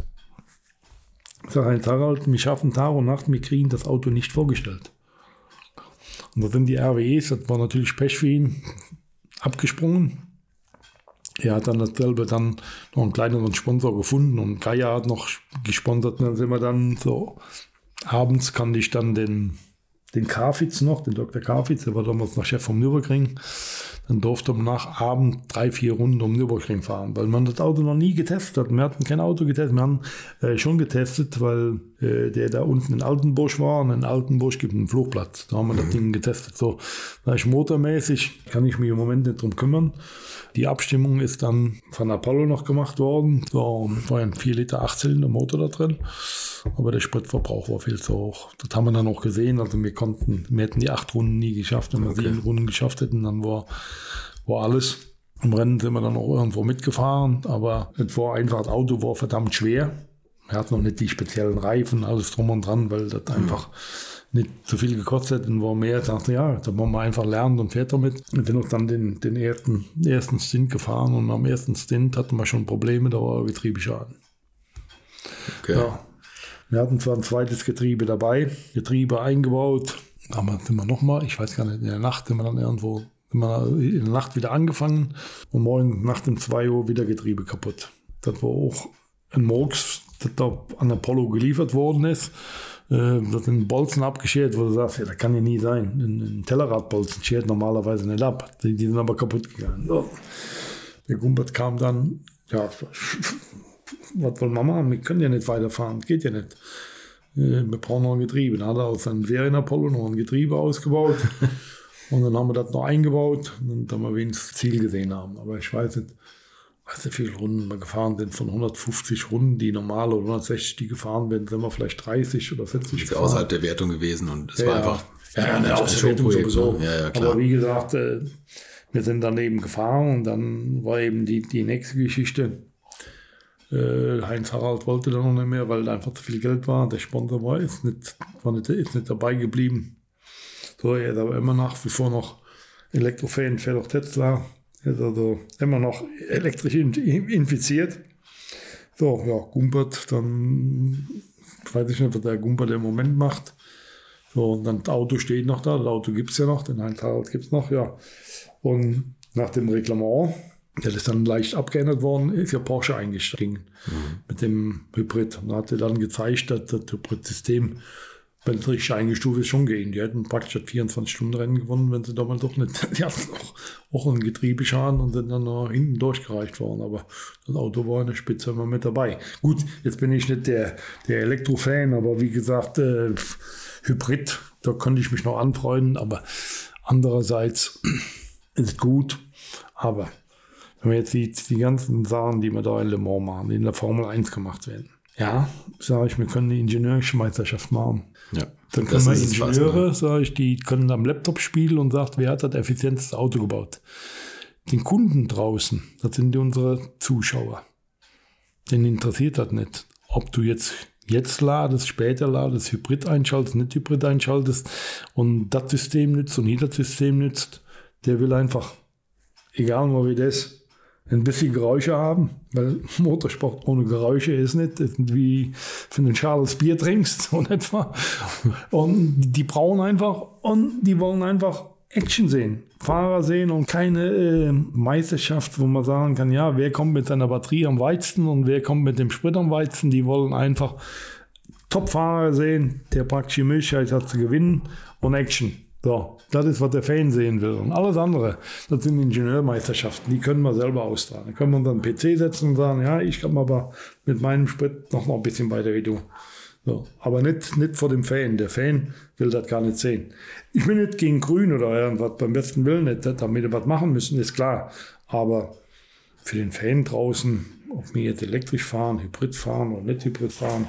Ich sage, Heinz-Harald, wir schaffen Tag und Nacht, wir kriegen das Auto nicht vorgestellt. Und da sind die RWEs, das war natürlich Pech für ihn, abgesprungen. Er hat dann dasselbe dann noch einen kleineren Sponsor gefunden und Geier hat noch gesponsert. Und dann sind wir dann so, abends kannte ich dann den Karfitz noch, den Dr. Karfitz, der war damals noch Chef vom Nürburgring. Dann durfte man nach Abend 3-4 Runden um Nürburgring fahren, weil man das Auto noch nie getestet hat. Wir hatten kein Auto getestet, wir haben schon getestet, weil der da unten in Altenbusch war und in Altenbusch gibt es einen Flugplatz. Da haben wir das Ding getestet. So, motormäßig kann ich mich im Moment nicht drum kümmern. Die Abstimmung ist dann von Apollo noch gemacht worden. So, war ein 4 Liter 8-Zylinder Motor da drin. Aber der Spritverbrauch war viel zu hoch. Das haben wir dann auch gesehen. Also wir hätten die 8 Runden nie geschafft. Wenn wir 7 Runden geschafft hätten, dann war alles. Im Rennen sind wir dann auch irgendwo mitgefahren. Aber es war einfach, das Auto war verdammt schwer. Er hat noch nicht die speziellen Reifen, alles drum und dran, weil das einfach nicht so viel gekostet hat und war mehr. Ich dachte, ja, da wollen wir einfach lernen und fährt damit. Wir sind auch dann den ersten Stint gefahren und am ersten Stint hatten wir schon Probleme, da war Getriebeschaden. Okay. Ja. Wir hatten zwar ein zweites Getriebe dabei, Getriebe eingebaut, aber sind wir nochmal, ich weiß gar nicht, in der Nacht sind wir dann irgendwo, in der Nacht wieder angefangen und morgen Nacht um 2 Uhr wieder Getriebe kaputt. Das war auch ein Murks, das da an Apollo geliefert worden ist. Das sind Bolzen abgeschert, wo du sagst, ja, das kann ja nie sein. Ein Tellerradbolzen schert normalerweise nicht ab. Die sind aber kaputt gegangen. So. Der Gumpert kam dann, ja, was wollen wir machen? Wir können ja nicht weiterfahren, geht ja nicht. Wir brauchen noch ein Getriebe. Dann hat er aus seinem Serien-Apollo noch ein Getriebe ausgebaut. Und dann haben wir das noch eingebaut, und dann haben wir wenigstens das Ziel gesehen haben. Aber ich weiß nicht, wie viele Runden wir gefahren sind. Von 150 Runden, die normal oder 160, die gefahren werden, sind wir vielleicht 30 oder 40 gefahren. Das ist außerhalb der Wertung gewesen und es war einfach... Ja, aus der Wertung sowieso. Ja, klar. Aber wie gesagt, wir sind dann eben gefahren und dann war eben die nächste Geschichte. Heinz Harald wollte dann noch nicht mehr, weil einfach zu viel Geld war. Der Sponsor ist nicht dabei geblieben. So, er ist aber immer nach wie vor noch Elektrofan, fährt auch Tesla. Er ist also immer noch elektrisch infiziert. So, ja, Gumpert, dann weiß ich nicht, was der Gumpert im Moment macht. So, und dann das Auto steht noch da, das Auto gibt es ja noch, den Heinz Harald gibt es noch, ja. Und nach dem Reglement, der ist dann leicht abgeändert worden, ist ja Porsche eingestiegen mit dem Hybrid. Und da hat er dann gezeigt, dass das Hybrid-System, wenn es richtig eingestuft ist, schon gehen. Die hätten praktisch 24-Stunden-Rennen gewonnen, wenn sie damals doch nicht. Die hatten auch einen Getriebeschaden und sind dann noch hinten durchgereicht worden. Aber das Auto war in der Spitze immer mit dabei. Gut, jetzt bin ich nicht der Elektro-Fan, aber wie gesagt, Hybrid, da konnte ich mich noch anfreunden. Aber andererseits ist es gut. Aber wenn man jetzt sieht, die ganzen Sachen, die wir da in Le Mans machen, die in der Formel 1 gemacht werden. Ja, sage ich, wir können die Ingenieursmeisterschaft machen. Ja, dann können wir Ingenieure, sage ich, die können am Laptop spielen und sagt, wer hat das effizienteste Auto gebaut? Den Kunden draußen, das sind unsere Zuschauer. Den interessiert das nicht. Ob du jetzt ladest, später ladest, Hybrid einschaltest, nicht Hybrid einschaltest und das System nützt und jedes System nützt, der will einfach, egal wo wir das, ein bisschen Geräusche haben, weil Motorsport ohne Geräusche ist nicht. Das ist wie wenn du ein schales Bier trinkst, so etwa. Und die brauchen einfach und die wollen einfach Action sehen, Fahrer sehen und keine Meisterschaft, wo man sagen kann, ja, wer kommt mit seiner Batterie am weitesten und wer kommt mit dem Sprit am weitesten. Die wollen einfach Top-Fahrer sehen, der praktisch die Möglichkeit hat zu gewinnen und Action. So, das ist, was der Fan sehen will. Und alles andere, das sind Ingenieurmeisterschaften, die können wir selber austragen. Da können wir dann einen PC setzen und sagen, ja, ich kann aber mit meinem Sprit noch ein bisschen weiter wie du. So, aber nicht vor dem Fan. Der Fan will das gar nicht sehen. Ich bin nicht gegen Grün oder irgendwas, beim besten Willen nicht, damit wir was machen müssen, ist klar. Aber für den Fan draußen, ob wir jetzt elektrisch fahren, Hybrid fahren oder nicht Hybrid fahren,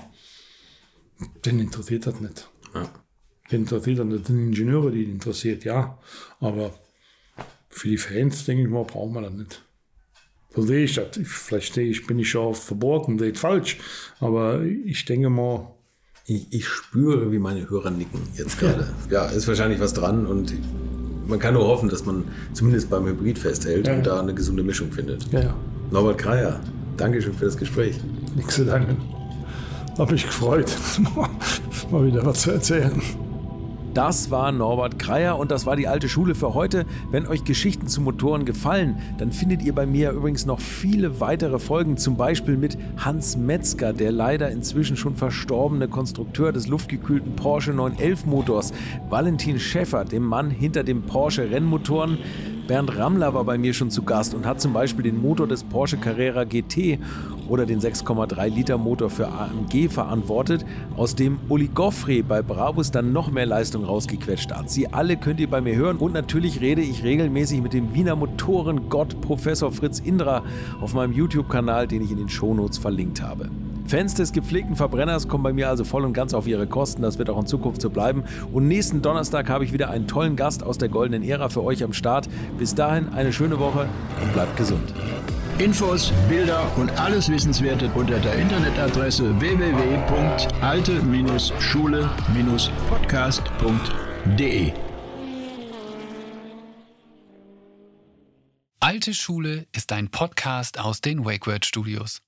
den interessiert das nicht. Ja. Interessiert dann sind Ingenieure, die interessiert, ja. Aber für die Fans, denke ich mal, brauchen wir das nicht. So sehe ich das. Vielleicht bin ich schon verboten, sehe ich falsch. Aber ich denke mal. Ich spüre, wie meine Hörer nicken jetzt gerade. Ja, ist wahrscheinlich was dran und man kann nur hoffen, dass man zumindest beim Hybrid festhält und da eine gesunde Mischung findet. Ja. Norbert Kreier, Dankeschön für das Gespräch. Nichts zu danken. Habe mich gefreut, mal wieder was zu erzählen. Das war Norbert Kreier und das war die alte Schule für heute. Wenn euch Geschichten zu Motoren gefallen, dann findet ihr bei mir übrigens noch viele weitere Folgen, zum Beispiel mit Hans Metzger, der leider inzwischen schon verstorbene Konstrukteur des luftgekühlten Porsche 911 Motors, Valentin Schäffer, dem Mann hinter den Porsche Rennmotoren. Bernd Rammler war bei mir schon zu Gast und hat zum Beispiel den Motor des Porsche Carrera GT oder den 6,3 Liter Motor für AMG verantwortet, aus dem Uli Goffrey bei Brabus dann noch mehr Leistung rausgequetscht hat. Sie alle könnt ihr bei mir hören und natürlich rede ich regelmäßig mit dem Wiener Motorengott Professor Fritz Indra auf meinem YouTube-Kanal, den ich in den Shownotes verlinkt habe. Fans des gepflegten Verbrenners kommen bei mir also voll und ganz auf ihre Kosten. Das wird auch in Zukunft so bleiben. Und nächsten Donnerstag habe ich wieder einen tollen Gast aus der goldenen Ära für euch am Start. Bis dahin eine schöne Woche und bleibt gesund. Infos, Bilder und alles Wissenswerte unter der Internetadresse www.alte-schule-podcast.de. Alte Schule ist ein Podcast aus den WakeWord Studios.